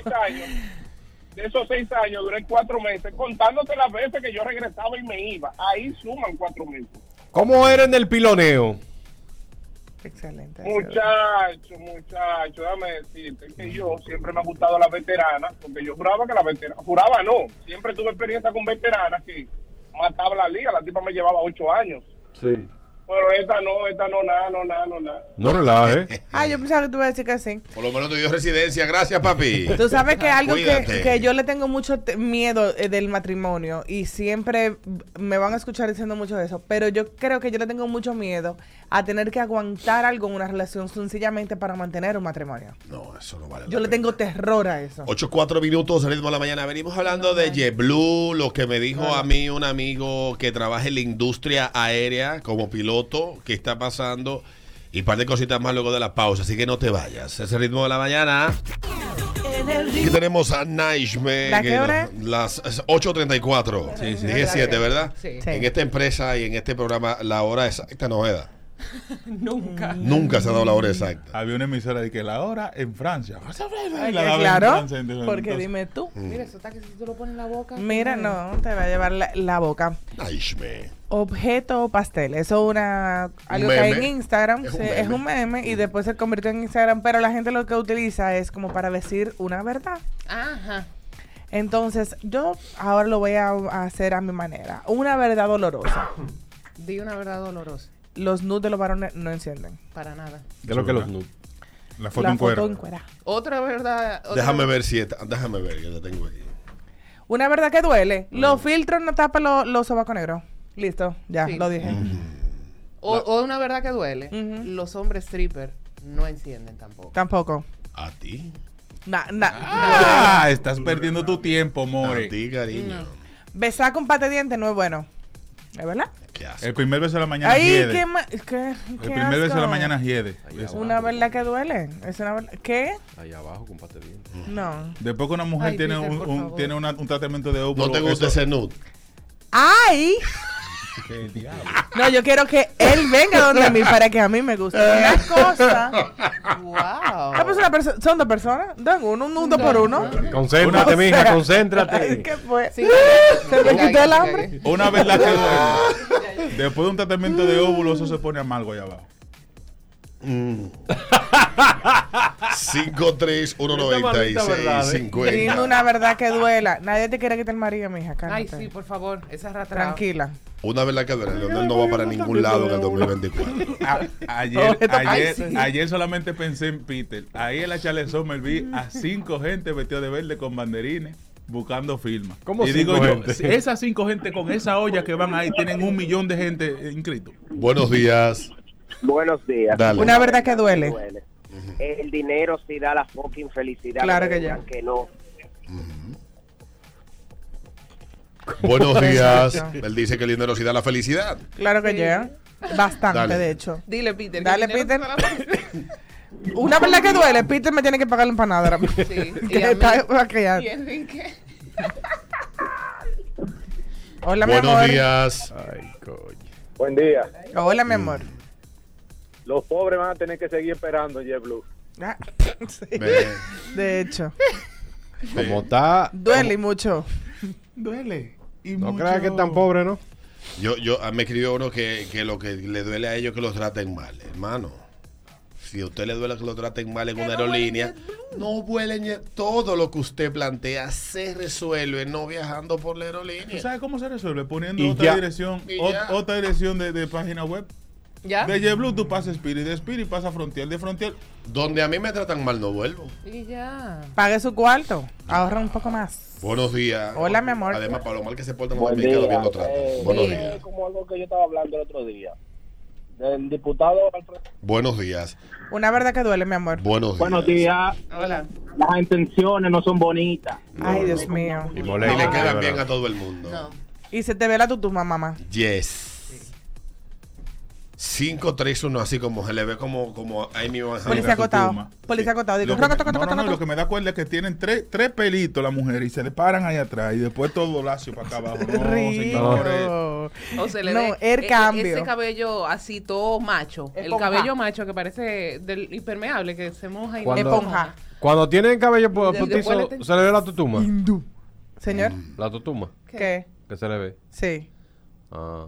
De esos 6 años duré 4 meses, contándote las veces que yo regresaba y me iba. Ahí suman 4 meses. ¿Cómo eran del piloneo? Excelente. Muchacho, déjame decirte que yo siempre me ha gustado las veteranas, porque yo juraba que las veteranas, siempre tuve experiencia con veteranas que mataba la liga, la tipa me llevaba 8 años. Sí. Pero esta no, nada. No relaje. Yo pensaba que tú ibas a decir que sí. Por lo menos te dio residencia. Gracias, papi. Tú sabes que algo Cuídate. que yo le tengo mucho miedo del matrimonio y siempre me van a escuchar diciendo mucho de eso, pero yo creo que yo le tengo mucho miedo a tener que aguantar algo en una relación sencillamente para mantener un matrimonio. No, eso no vale. Yo le tengo terror a eso. 8:04 minutos, ritmo de la mañana. Venimos hablando de JetBlue, lo que me dijo a mí un amigo que trabaja en la industria aérea como piloto, que está pasando y un par de cositas más luego de la pausa, así que no te vayas. Ese ritmo de la mañana. Aquí tenemos a Naishme. ¿La qué hora es? Las 8:34. Sí. Dije 7, ¿verdad? Sí. En esta empresa y en este programa la hora exacta no es. Nunca Se ha dado la hora exacta. Había una emisora de que la hora en Francia. Claro, porque dime tú. Mira, eso está que si tú lo pones en la boca. Mira, no, te va a llevar la boca. Naishme. Objeto pastel, eso es algo que hay en Instagram, es un meme y después se convirtió en Instagram, pero la gente lo que utiliza es como para decir una verdad. Ajá. Entonces, yo ahora lo voy a hacer a mi manera. Una verdad dolorosa. Di una verdad dolorosa. Los nudes de los varones no encienden. Para nada. ¿Qué es lo que los nudes? La foto en cuero. Otra verdad. Déjame ver si déjame ver, yo la tengo aquí. Una verdad que duele. Los filtros no tapan los sobacos negros. Listo, ya, Sí. lo dije. O una verdad que duele. Los hombres stripper no encienden tampoco. Tampoco. ¿A ti? Estás perdiendo tu tiempo, more. A ti, cariño. Besar con pate de diente no es bueno. ¿Es verdad? Qué asco. El primer beso de la mañana Ay, hiede. el El primer beso de la mañana hiede. Una verdad que duele. Es una verdad. ¿Qué? Allá abajo, con pate bien. No. Después que una mujer Ay, tiene Peter, por favor. tiene un tratamiento de óvulo. ¿No te gusta eso- ese nude? ¡Ay! ¿Qué diablo? No, yo quiero que él venga donde mí para que a mí me guste. Una cosa. Wow. Son 2 personas. Dan uno, un 2 por 1. Concéntrate, mija, concéntrate. ¿Qué fue? Sí, Se me quitó el hambre. Una verdad que duele. Después de un tratamiento de óvulo, eso se pone amargo allá abajo. 5319650. Dime una verdad que duela. Nadie te quiere quitar el marido, mija. Ay, Cálmate. sí, por favor. Esa ratrao. Tranquila. Una verdad que duele. Leonel no va para ningún lado en el 2024. Ayer solamente pensé en Peter. Ahí en la Charles Sommer vi a 5 gente vestidos de verde con banderines buscando firmas. ¿Cómo y 5 digo yo, gente? esas 5 gente con esa olla que van ahí tienen 1 millón de gente inscritos. Buenos días. Buenos días. Dale. Una verdad que duele. El dinero sí da la fucking felicidad. Claro no que digan ya. que no. Buenos días. Exacto. Él dice que el dinero sí da la felicidad. Claro que Sí. llega. Bastante, Dale. de hecho. Dile, Peter. que Dale, el dinero Peter. te da la felicidad. Una verdad que duele, Peter me tiene que pagar la empanada ahora mismo. Sí, Que y a está mí. vaqueando. ¿Y Enrique? Hola, mi Buenos amor. días. Ay, coño. Buen día. Hola, mi amor. Los pobres van a tener que seguir esperando en JetBlue. Ah, sí. Ve. De hecho, Como está... duele y mucho. Duele. Y No mucho. creas que es tan pobre, ¿no? Me escribió uno que lo que le duele a ellos es que los traten mal, hermano. Si a usted le duele que lo traten mal en una aerolínea, no vuelen. Todo lo que usted plantea se resuelve no viajando por la ¿Tú aerolínea. sabes cómo se resuelve? Poniendo Y otra ya. dirección, Y ya. otra dirección de página web. ¿Ya? De JetBlue tú pasas Spirit, de Spirit pasa Frontier, de Frontier. Donde a mí me tratan mal no vuelvo. Y ya. Pague su cuarto. Ahorra un poco más. Buenos días. Hola, mi amor. Además, para lo mal que se portan los Buen dominicanos, día. bien lo tratan. Buenos Es días. como algo que yo estaba hablando el otro día. Del diputado Alfredo. Buenos días. Una verdad que duele, mi amor. Buenos días. Buenos días. Hola. Las intenciones no son bonitas. Ay, Dios mío. Y Y molesta. le de quedan verdad. bien a todo el mundo. No. Y se te ve la tutuma, mamá. Yes. 531, así como se le ve como ahí mismo. Policía Mira, acotado. tutuma. Policía acotado. Digo, Lo que me- roca, toca, toca, no, toca. lo que me da cuenta es que tienen tres pelitos la mujer y se le paran ahí atrás y después todo lacio para acá abajo. No, señores. Rico. O se le No, ve el cambio. ese cabello así todo macho. El Esponja. cabello macho que parece del impermeable que se moja y Cuando- Esponja. Cuando tienen cabello Después postizo, le te- se le ve la tutuma. Señor, La tutuma. ¿qué? Que se le ve. Sí. Ah.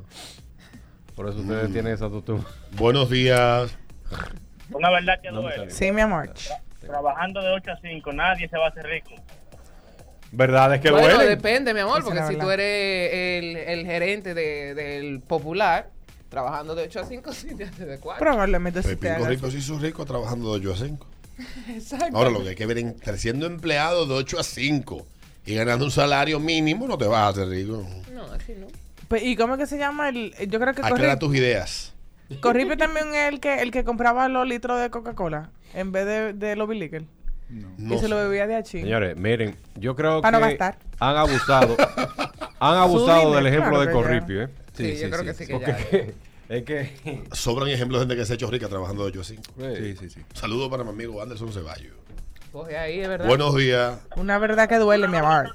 Por eso ustedes tienen esa tutuma. Buenos días. Una verdad que No me duele. salió. Sí, mi amor. Trabajando de 8 a 5, nadie se va a hacer rico. ¿Verdad? Es que bueno, duele. depende, mi amor, Esa porque es la si verdad. tú eres el gerente del Popular, trabajando de 8 a 5, sí, te hace de 4. Probablemente sí te Pepingo haga. Rico se hizo rico trabajando de 8 a 5. Exacto. Ahora lo que hay que ver en creciendo empleado de 8 a 5 y ganando un salario mínimo, no te vas a hacer rico. No, así no. Pues, ¿y cómo es que se llama el? Yo creo que Aclara tus ideas. Corripe también es el que compraba los litros de Coca-Cola en vez de los Biliker. No Y se lo sé. bebía de achín. Señores, miren, yo creo Para no que gastar. han abusado. Han abusado del dinero, ejemplo claro de que Corripio, ¿eh? Sí, yo creo que sí que Porque es que... Sobran ejemplos de gente que se ha hecho rica trabajando de 8 a 5. Sí. Saludos para mi amigo Anderson Ceballos. Coge ahí, es verdad. Buenos días. Una verdad que duele, mi amor.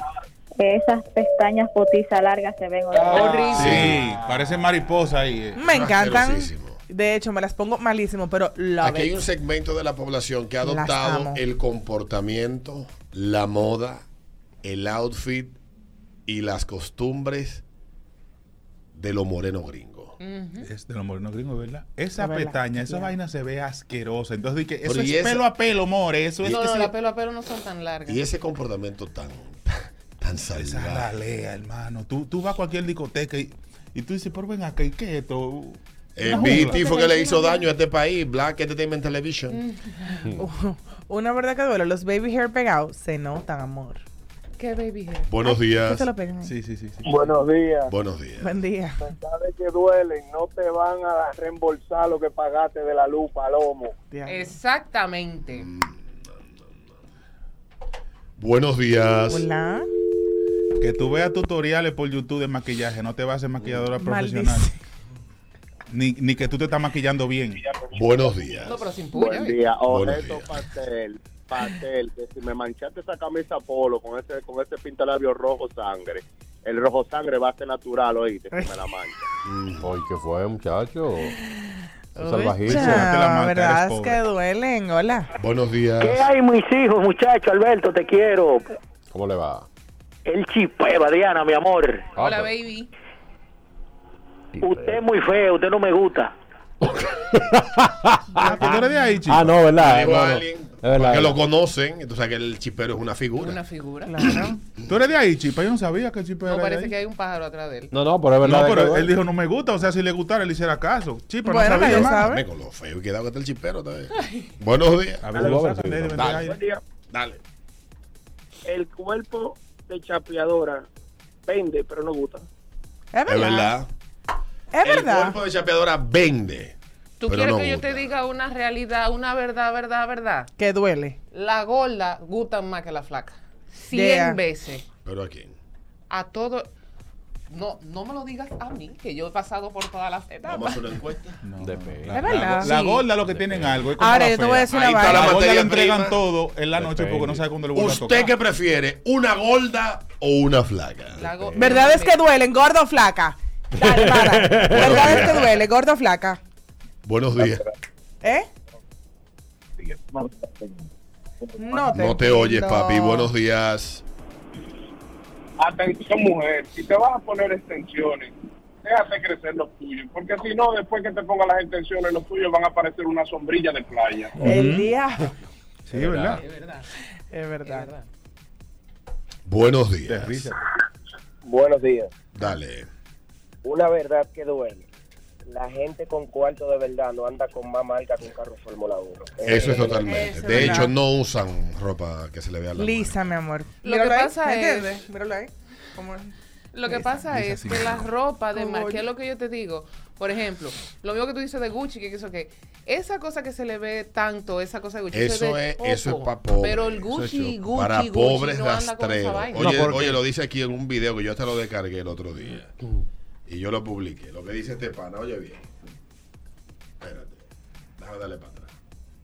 Esas pestañas potizas largas se ven Horrible. Sí, parece mariposa ahí. Me encantan. Asquerosísimo. De hecho, me las pongo malísimo, pero la Aquí hay un segmento de la población que ha Las adoptado amo. el comportamiento, la moda, el outfit y las costumbres de lo moreno gringo. Es de los morenos gringos, ¿verdad? Esa Es verdad. pestaña, esa Ya. vaina se ve asquerosa. Entonces, di que eso Pero es y esa- pelo a pelo, more. Eso es No, que no, sí- la pelo a pelo no son tan largas. Y ese comportamiento tan Esa salvaje. ralea, hermano. Tú vas a cualquier discoteca y tú dices, pero ven acá, ¿y qué es esto? El Una BET jungla. fue que le hizo daño a este país, Black Entertainment Television. Una verdad que duele. Los baby hair pegados se notan, amor. ¿Qué baby hair? Buenos ¿Qué días. se lo pegan ahí? Sí. Buenos días. Buenos días. Buen día. Sabes que duelen, no te van a reembolsar lo que pagaste de la luz, Palomo. Diablo. Exactamente. Buenos días. Hola. Que tú veas tutoriales por YouTube de maquillaje, no te vas a hacer maquilladora profesional. Maldición. Ni que tú te estás maquillando bien. Buenos días. No, pero sin puya. Buen día. Buenos Oreto días. pastel, que si me manchaste esa camisa polo con ese pintalabio rojo sangre, el rojo sangre va a ser natural, oíste, que me la mancha. Ay, ¿qué fue, muchacho? Uy, Salvajismo. Déjate la marca, verdad eres es pobre. que duelen. Hola. Buenos días. ¿Qué hay, mis hijos, muchachos? Alberto, te quiero. ¿Cómo le va? El chipeva, Diana, mi amor. Hola, Ah, baby. Usted es muy feo, usted no me gusta. Ah, ¿tú eres de ahí, chico? Ah, no, ¿verdad? Digo No, a no. alguien Es verdad. que lo conocen, entonces que el chipero es una figura. Una figura. Claro. ¿Tú eres de ahí, Chipa? Yo no sabía que Chipa No, era de parece ahí. que hay un pájaro atrás de él. No, no, pero es verdad. No, que pero duele. él dijo no me gusta, o sea, si le gustara, él hiciera caso. Chipa, Bueno, no sabía nadie más. sabe. Dame con lo feo y cuidado que está el chipero también. Buenos días. A ver, lo sacan de ahí, de vender Dale. aire. Dale. El cuerpo de chapeadora vende, pero no gusta. Es Es verdad. verdad. Es El verdad. cuerpo de chapeadora vende. ¿Tú pero quieres no que yo te gusta. diga una realidad, una verdad? Que duele. La gorda gusta más que la flaca. 100 Yeah. veces. ¿Pero a quién? A todo. no me lo digas a mí, que yo he pasado por todas las etapas. Vamos a hacer una encuesta. Depende. Es verdad. La Sí. gorda lo que tienen algo. Es como Ahora, la yo te voy a fea. decir una Ahí está vaina. la La gorda materia le entregan prima. todo en la noche porque no sabe cuándo le vuelve a tocar. ¿Usted qué prefiere? ¿Una gorda o una flaca? ¿Verdad es que duelen, gordo o flaca? Dale, para. ¿Verdad es que duele, gordo o flaca? Buenos días. ¿Eh? No te oyes, papi. Buenos días. Atención, mujer, si te vas a poner extensiones, déjate crecer los tuyos, porque si no, después que te pongas las extensiones, los tuyos van a parecer una sombrilla de playa. El día. Sí, ¿verdad? Es verdad. Buenos días. Buenos días. Dale. Una verdad que duele. La gente con cuarto de verdad no anda con más marca que un carro Fórmula 1. Eso es totalmente. Eso De es hecho, verdad. no usan ropa que se le vea la Lisa, mi amor. Lo que Míralo ahí, pasa ¿me es- entiendes? Míralo ahí. ¿Cómo es? Lo que Lisa. pasa Lisa es sí que me la llama. ropa de Como marca, yo. que es lo que yo te digo, por ejemplo, lo mismo que tú dices de Gucci, que eso que esa cosa que se le ve tanto, esa cosa de Gucci, Eso de es poco. para pobres. Pero el Gucci, Gucci, para Gucci pobres no anda con esa rastreros. vaina. Oye, No, porque- oye, lo dice aquí en un video que yo hasta lo descargué el otro día. Y yo lo publiqué. Lo que dice este pana, oye bien. Espérate. Déjame darle para atrás.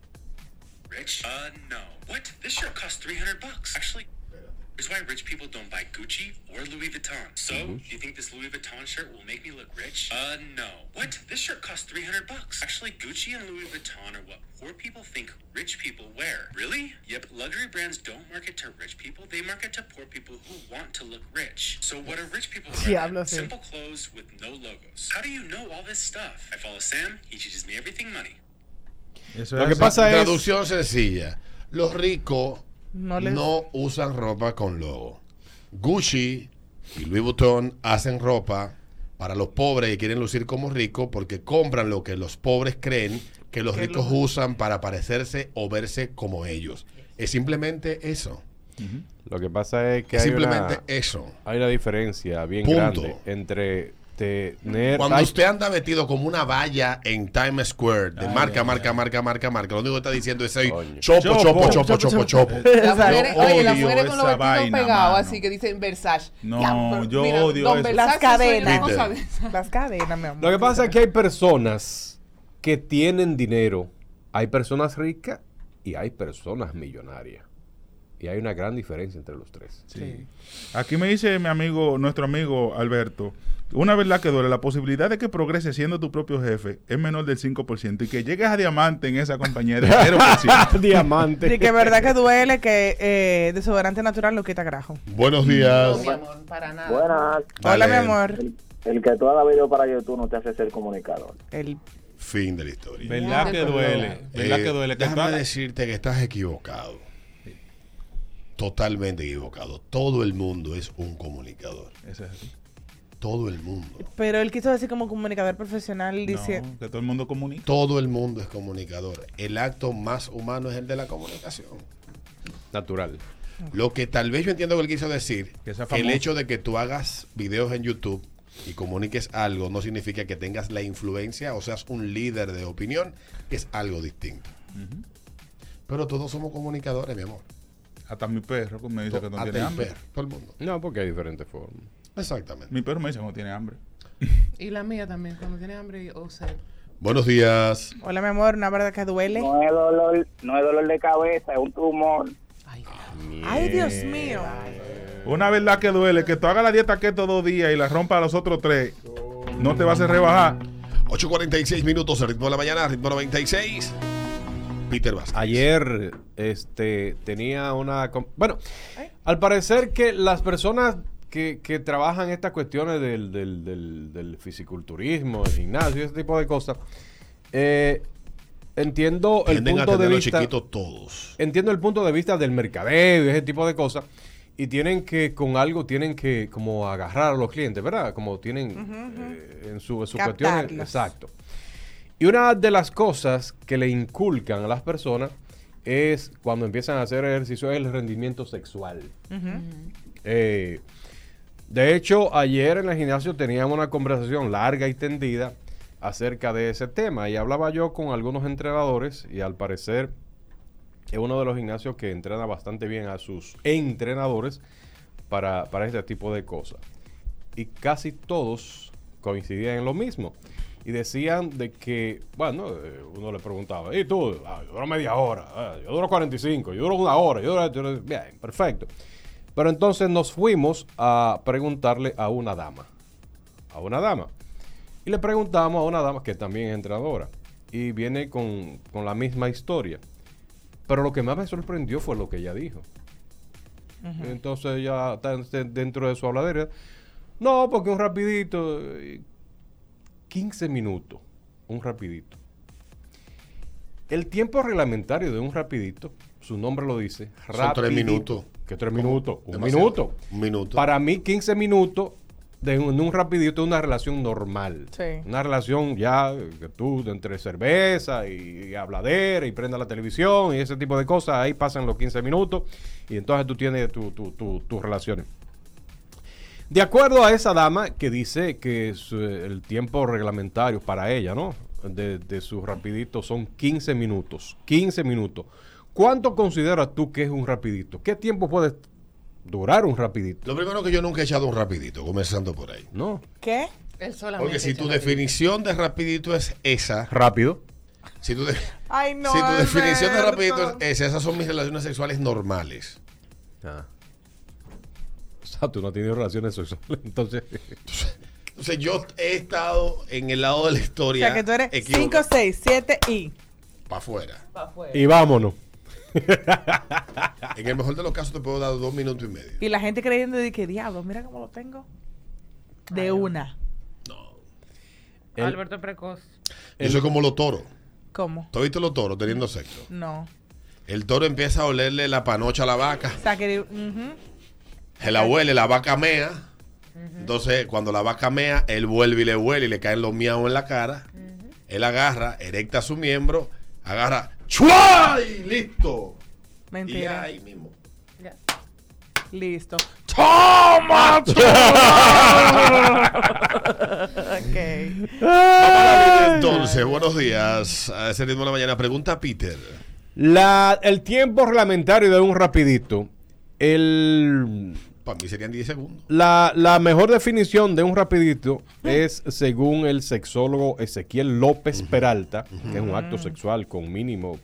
Rich? No. What? This shirt costs $300. Actually, here's why rich people don't buy Gucci or Louis Vuitton. So, do you think this Louis Vuitton shirt will make me look rich? No. What? This shirt costs $300. Actually, Gucci and Louis Vuitton are what poor people think rich people wear. Really? Yep, luxury brands don't market to rich people. They market to poor people who want to look rich. So what are rich people wearing? Diablo, sí. Simple clothes with no logos. How do you know all this stuff? I follow Sam. He teaches me everything money. Eso Lo es que así. pasa es. Traducción sencilla. Los ricos No no, les- usan ropa con logo. Gucci y Louis Vuitton hacen ropa para los pobres que quieren lucir como ricos porque compran lo que los pobres creen que los ricos usan para parecerse o verse como ellos. Es simplemente eso. Lo que pasa es que Es hay simplemente una, eso. hay una diferencia bien Punto. grande entre tener. Cuando hay- usted anda vestido como una valla en Times Square de Ay, marca, ay, marca, ay. marca, marca, marca, lo único que está diciendo es ahí, Coño. chopo, Chopo, chopo, chopo, chopo, chopo, chopo. Las mujeres, Yo oye, las odio mujeres con los esa vestidos vaina, pegados, mano. así que dicen Versace. No, Diablo, yo mira, odio Don eso. Versace, Las soy una cadenas. cosa de esa. Las cadenas, mi amor. Lo que pasa es que hay personas que tienen dinero. Hay personas ricas y hay personas millonarias. Y hay una gran diferencia entre los tres. Sí. Aquí me dice mi amigo, nuestro amigo Alberto, una verdad que duele, la posibilidad de que progreses siendo tu propio jefe es menor del 5% y que llegues a diamante en esa compañía de 0%. Diamante. Y que verdad que duele que desodorante natural no quita grajo. Buenos días. No, mi amor, para nada. Buenas. Hola, mi Dale. amor. El que tú hagas video para YouTube no te hace ser comunicador. El Fin de la historia. ¿Verdad que duele? ¿Verdad que duele? Que Déjame tú- decirte que estás equivocado. Totalmente equivocado. Todo el mundo es un comunicador. Eso es así. Todo el mundo. Pero él quiso decir como comunicador profesional, dice, No, que todo el mundo comunica. Todo el mundo es comunicador. El acto más humano es el de la comunicación. Natural. Lo que tal vez yo entiendo que él quiso decir, Que sea el famoso. hecho de que tú hagas videos en YouTube y comuniques algo no significa que tengas la influencia o seas un líder de opinión, que es algo distinto. Pero todos somos comunicadores, mi amor. Hasta mi perro me dice que no Hasta tiene el hambre. perro, todo el mundo. No, porque hay diferentes formas. Exactamente. Mi perro me dice que no tiene hambre. Y la mía también, cuando tiene hambre o sed. Buenos días. hola, mi amor, una verdad que duele. No es dolor de cabeza, es un tumor. Ay, Dios mío. Una verdad que duele, que tú hagas la dieta keto 2 días y la rompa a los otros 3, no te va a hacer rebajar. 8:46 minutos, el ritmo de la mañana, ritmo 96. Peter Vázquez. Ayer tenía una... Bueno, al parecer que las personas que trabajan estas cuestiones del fisiculturismo, el gimnasio, ese tipo de cosas, entiendo el Tienden a punto de tenerlo vista... chiquitos todos. Entiendo el punto de vista del mercadeo y ese tipo de cosas. Y tienen que, con algo, tienen que como agarrar a los clientes, ¿verdad? Como tienen en sus cuestiones. Captarlos. Exacto. Y una de las cosas que le inculcan a las personas es cuando empiezan a hacer ejercicio, es el rendimiento sexual. De hecho, ayer en el gimnasio teníamos una conversación larga y tendida acerca de ese tema. Y hablaba yo con algunos entrenadores y al parecer es uno de los gimnasios que entrena bastante bien a sus entrenadores para este tipo de cosas. y casi todos coincidían en lo mismo. Y decían de que, bueno, uno le preguntaba, ¿y tú? Yo duro media hora, yo duro 45, yo duro una hora, yo duro... Bien, perfecto. Pero entonces nos fuimos a preguntarle a una dama. Y le preguntamos a una dama que también es entrenadora. Y viene con la misma historia. Pero lo que más me sorprendió fue lo que ella dijo. Uh-huh. Entonces ya está dentro de su habladera. No, porque un rapidito... 15 minutos, un rapidito. El tiempo reglamentario de un rapidito, su nombre lo dice, son 3 minutos. ¿Qué 3 minutos? Un Demasiado. minuto. Para mí, 15 minutos de un rapidito es una relación normal. Sí. Una relación ya que tú, entre cerveza y habladera y prenda la televisión y ese tipo de cosas, ahí pasan los 15 minutos y entonces tú tienes tus relaciones. De acuerdo a esa dama que dice que el tiempo reglamentario para ella, ¿no? De su rapidito son 15 minutos. 15 minutos. ¿Cuánto consideras tú que es un rapidito? ¿Qué tiempo puede durar un rapidito? Lo primero que yo nunca he echado un rapidito, comenzando por ahí. No. ¿Qué? Él solamente porque si tu definición de rapidito es esa... Rápido. Si tu, Ay, no, si tu definición de rapidito es esa, esas son mis relaciones sexuales normales. Ah. O sea, tú no tienes relaciones sexuales, entonces yo he estado en el lado de la historia. O sea, que tú eres 5, 6, 7 y... para afuera. Y vámonos. En el mejor de los casos te puedo dar 2 minutos y medio. Y la gente creyendo de que diablo, mira cómo lo tengo. De una. Alberto Precoz. Yo soy como los toros. ¿Cómo? ¿Tú has visto los toros teniendo sexo? No. El toro empieza a olerle la panocha a la vaca. O sea, que... Se la huele, la vaca mea. Entonces, cuando la vaca mea, él vuelve y le huele y le caen los miaos en la cara. Él agarra, erecta su miembro, agarra, ¡chua! Y listo. Mentira. Y ya ahí mismo. Ya. Listo. ¡Toma! Ok. Entonces, buenos días. A ese ritmo de la mañana. Pregunta a Peter. El tiempo reglamentario de un rapidito. Para mí serían 10 segundos. La mejor definición de un rapidito es, según el sexólogo Ezequiel López Peralta, que es un acto sexual con mínimo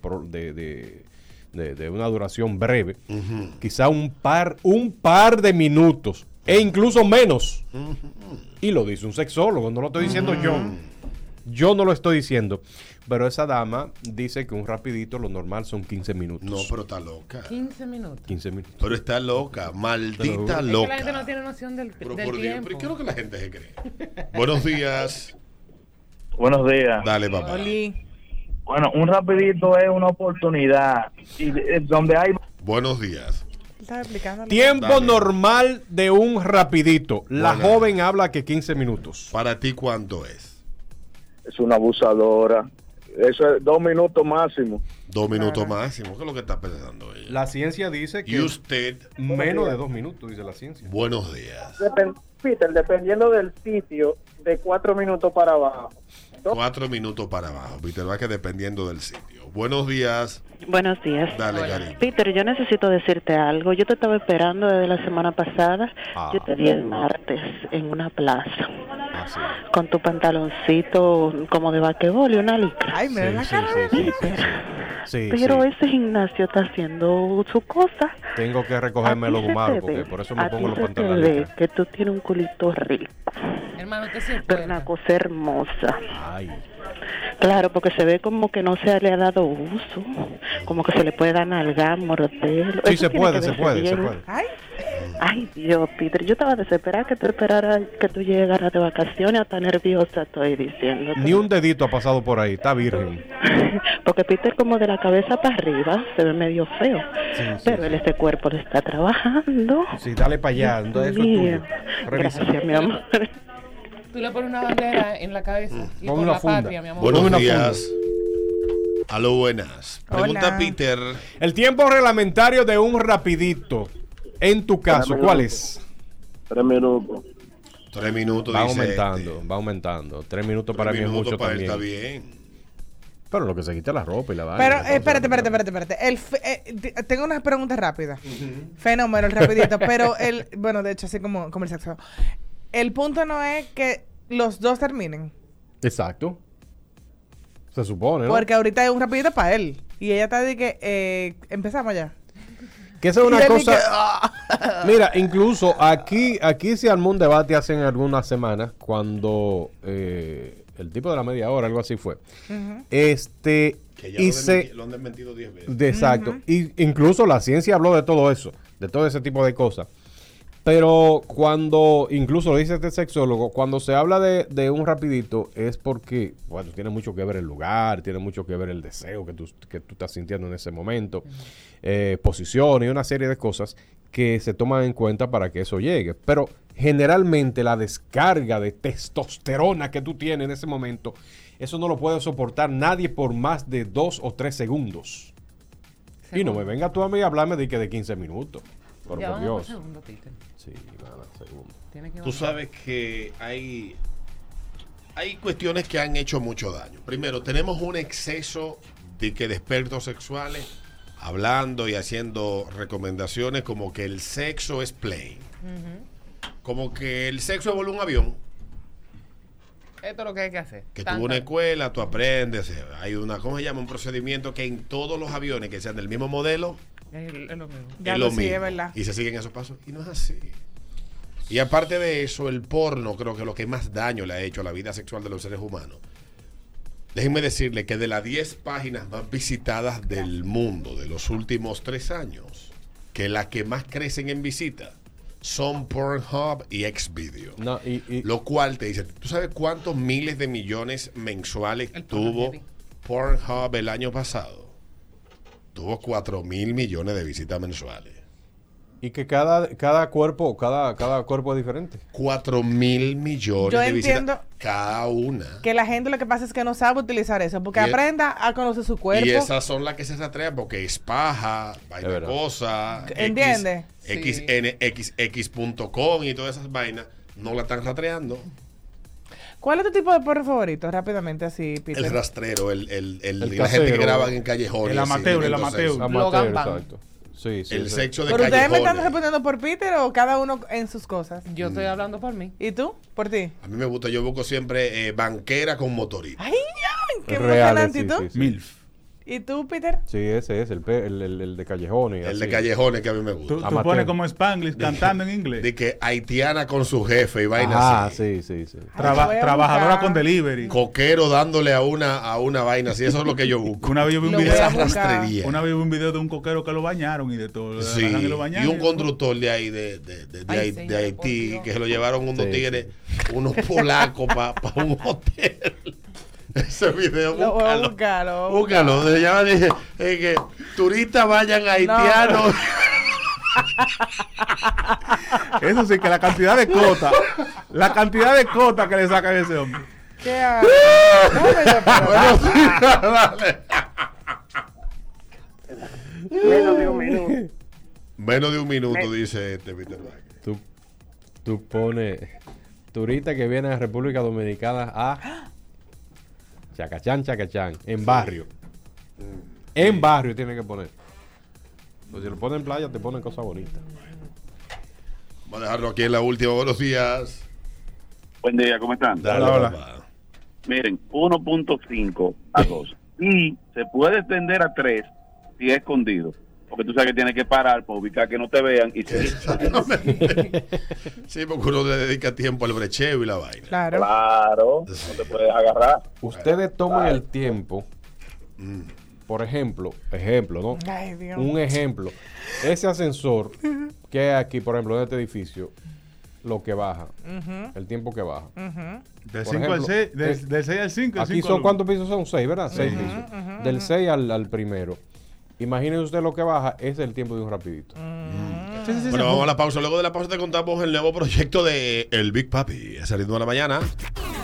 de una duración breve, quizá un par de minutos, e incluso menos. Y lo dice un sexólogo, no lo estoy diciendo yo. Yo no lo estoy diciendo. Pero esa dama dice que un rapidito lo normal son 15 minutos. No, pero está loca. 15 minutos. 15 minutos. Pero está loca, maldita es loca. que la gente no tiene noción del Pero tiempo. por Dios, ¿pero qué es lo que la gente se cree? Buenos días. Buenos días. Dale, papá. Oli. Bueno, un rapidito es una oportunidad y donde hay... Buenos días. Tiempo Dale. normal de un rapidito. La Bueno. joven habla que 15 minutos. ¿Para ti cuánto es? Es una abusadora. Eso es 2 minutos máximo. 2 minutos máximo. ¿Qué es lo que está pensando ella? La ciencia dice que Y usted, menos de 2 minutos, dice la ciencia. buenos días. Peter, dependiendo del sitio, de 4 minutos para abajo. 4 minutos para abajo. Peter Vázquez, dependiendo del sitio. Buenos días. Buenos días. Dale, cariño. Peter, yo necesito decirte algo. Yo te estaba esperando desde la semana pasada. Yo te vi el martes en una plaza. Con tu pantaloncito como de basquetbol y una licra. Ay, me ven la cara. Sí, Pero sí. ese gimnasio está haciendo su cosa. Tengo que recogerme los humanos porque por eso me pongo los pantalones. Ve que tú tienes un culito rico. Hermano, usted se Pero una cosa hermosa. Ay. Claro, porque se ve como que no se le ha dado uso. Como que se le puede dar nalgar, morderlo. Sí, Eso se tiene puede, que se verse puede, se bien. puede. Ay, Dios, Peter, yo estaba desesperada que tú esperaras que tú llegaras de vacaciones, hasta nerviosa estoy diciendo. Ni un dedito ha pasado por ahí, está virgen. Porque Peter como de la cabeza para arriba se ve medio feo. Sí, pero él ese cuerpo lo está trabajando. Sí, dale para allá, entonces eso es tuyo. Revisa. Gracias, mi amor. Tú le pones una bandera en la cabeza y Pon por una la funda. patria, mi amor. Buenos días. Aló, buenas. Pregunta Hola. Peter. El tiempo reglamentario de un rapidito, en tu caso, ¿cuál es? 3 minutos. 3 minutos, Va dice aumentando, va aumentando. 3 minutos para mí es minutos mucho para él también. está bien. Pero lo que se quita la ropa y la vaina. Pero, entonces, espérate. Tengo unas preguntas rápidas. Fenómeno, el rapidito. Pero bueno, de hecho, así como el sexo. el punto no es que los dos terminen. Exacto. Se supone, ¿no? Porque ahorita hay un rapidito para él. Y ella está de que empezamos ya. Que esa es una cosa. Mira, incluso aquí se armó un debate hace algunas semanas cuando el tipo de la media hora, algo así fue. Que ya lo han desmentido 10 veces. Exacto. Y incluso la ciencia habló de todo eso, de todo ese tipo de cosas. Pero cuando, incluso lo dice este sexólogo, cuando se habla de un rapidito es porque, bueno, tiene mucho que ver el lugar, tiene mucho que ver el deseo que tú estás sintiendo en ese momento, posición y una serie de cosas que se toman en cuenta para que eso llegue. Pero generalmente la descarga de testosterona que tú tienes en ese momento, eso no lo puede soportar nadie por más de 2 o 3 segundos. Y no me venga tú a mí a hablarme de que de 15 minutos. Por Dios. Sí, nada, segundo. Tú sabes que hay cuestiones que han hecho mucho daño. Primero, tenemos un exceso de expertos sexuales hablando y haciendo recomendaciones como que el sexo es play. Como que el sexo es volar un avión. Esto es lo que hay que hacer. Que tú una escuela, tú aprendes. Hay ¿cómo se llama? Un procedimiento que en todos los aviones que sean del mismo modelo es lo mismo. Es lo mismo. Y se siguen esos pasos. Y no es así. Y aparte de eso, el porno creo que lo que más daño le ha hecho a la vida sexual de los seres humanos. Déjenme decirle que de las 10 páginas más visitadas del mundo de los últimos 3 años, que las que más crecen en visita son Pornhub y Xvideo. No, lo cual te dice, ¿tú sabes cuántos miles de millones mensuales tuvo Pornhub el año pasado? Tuvo 4,000 millones de visitas mensuales. Y que cada cuerpo es diferente. 4,000 millones Yo de visitas entiendo cada una. Que la gente lo que pasa es que no sabe utilizar eso, porque aprenda a conocer su cuerpo. Y esas son las que se rastrean porque es paja, vaina cosa, ¿entiendes? xnxx.com y todas esas vainas no la están rastreando. ¿Cuál es tu tipo de porno favorito? Rápidamente así, Peter. El rastrero, la gente que graba en callejones. El amateur. Exacto. Sí, el sexo de ¿Pero callejones. ustedes me están respondiendo por Peter o cada uno en sus cosas? Yo estoy hablando por mí. ¿Y tú? ¿Por ti? A mí me gusta, yo busco siempre banquera con motorista. ¡Ay, ya! ¡Qué emocionante! ¿Y tú? MILF. ¿Y tú, Peter? Sí, ese es el de callejones. El de callejones que a mí me gusta. Tú pones como Spanglish cantando en inglés. De que haitiana con su jefe y vaina así. Sí. Trabajadora con delivery. Coquero dándole a una vaina así. Eso es lo que yo busco. Una vez yo vi un video de un coquero que lo bañañon y de todo. Sí, y un constructor de ahí, de Haití, que se lo llevaron unos tigres, unos polacos para un hotel. Ese video, búscalo. Se llama, dice, que turistas vayan haitianos. Eso sí, que la cantidad de cota que le sacan a ese hombre. ¿Qué hago? Menos de un minuto. Menos de un minuto, dice Peter Wagner. Tú pones turista que viene a República Dominicana a Chacachán, en barrio. En barrio tiene que poner. Pues si lo ponen en playa, te ponen cosas bonitas. Vamos a dejarlo aquí en la última. Buenos días. Buen día, ¿cómo están? Hola. Miren, 1.5 a 2. Y se puede extender a 3 si es escondido. Porque tú sabes que tienes que parar para ubicar que no te vean y seguir. Sí, porque uno le dedica tiempo al brecheo y la vaina. Claro, no te puedes agarrar. Ustedes toman el tiempo, por ejemplo, ¿no? Ay, Dios. Un ejemplo. Ese ascensor que hay aquí, por ejemplo, en este edificio, lo que baja, el tiempo que baja. Del 5 al 6, del 6 al 5. Aquí son, ¿cuántos pisos son? 6, ¿verdad? 6 pisos. Del 6 al primero. Imagínense usted lo que baja, ese es el tiempo de un rapidito. Bueno, vamos a la pausa. Luego de la pausa te contamos el nuevo proyecto de El Big Papi. Es el ritmo de la mañana.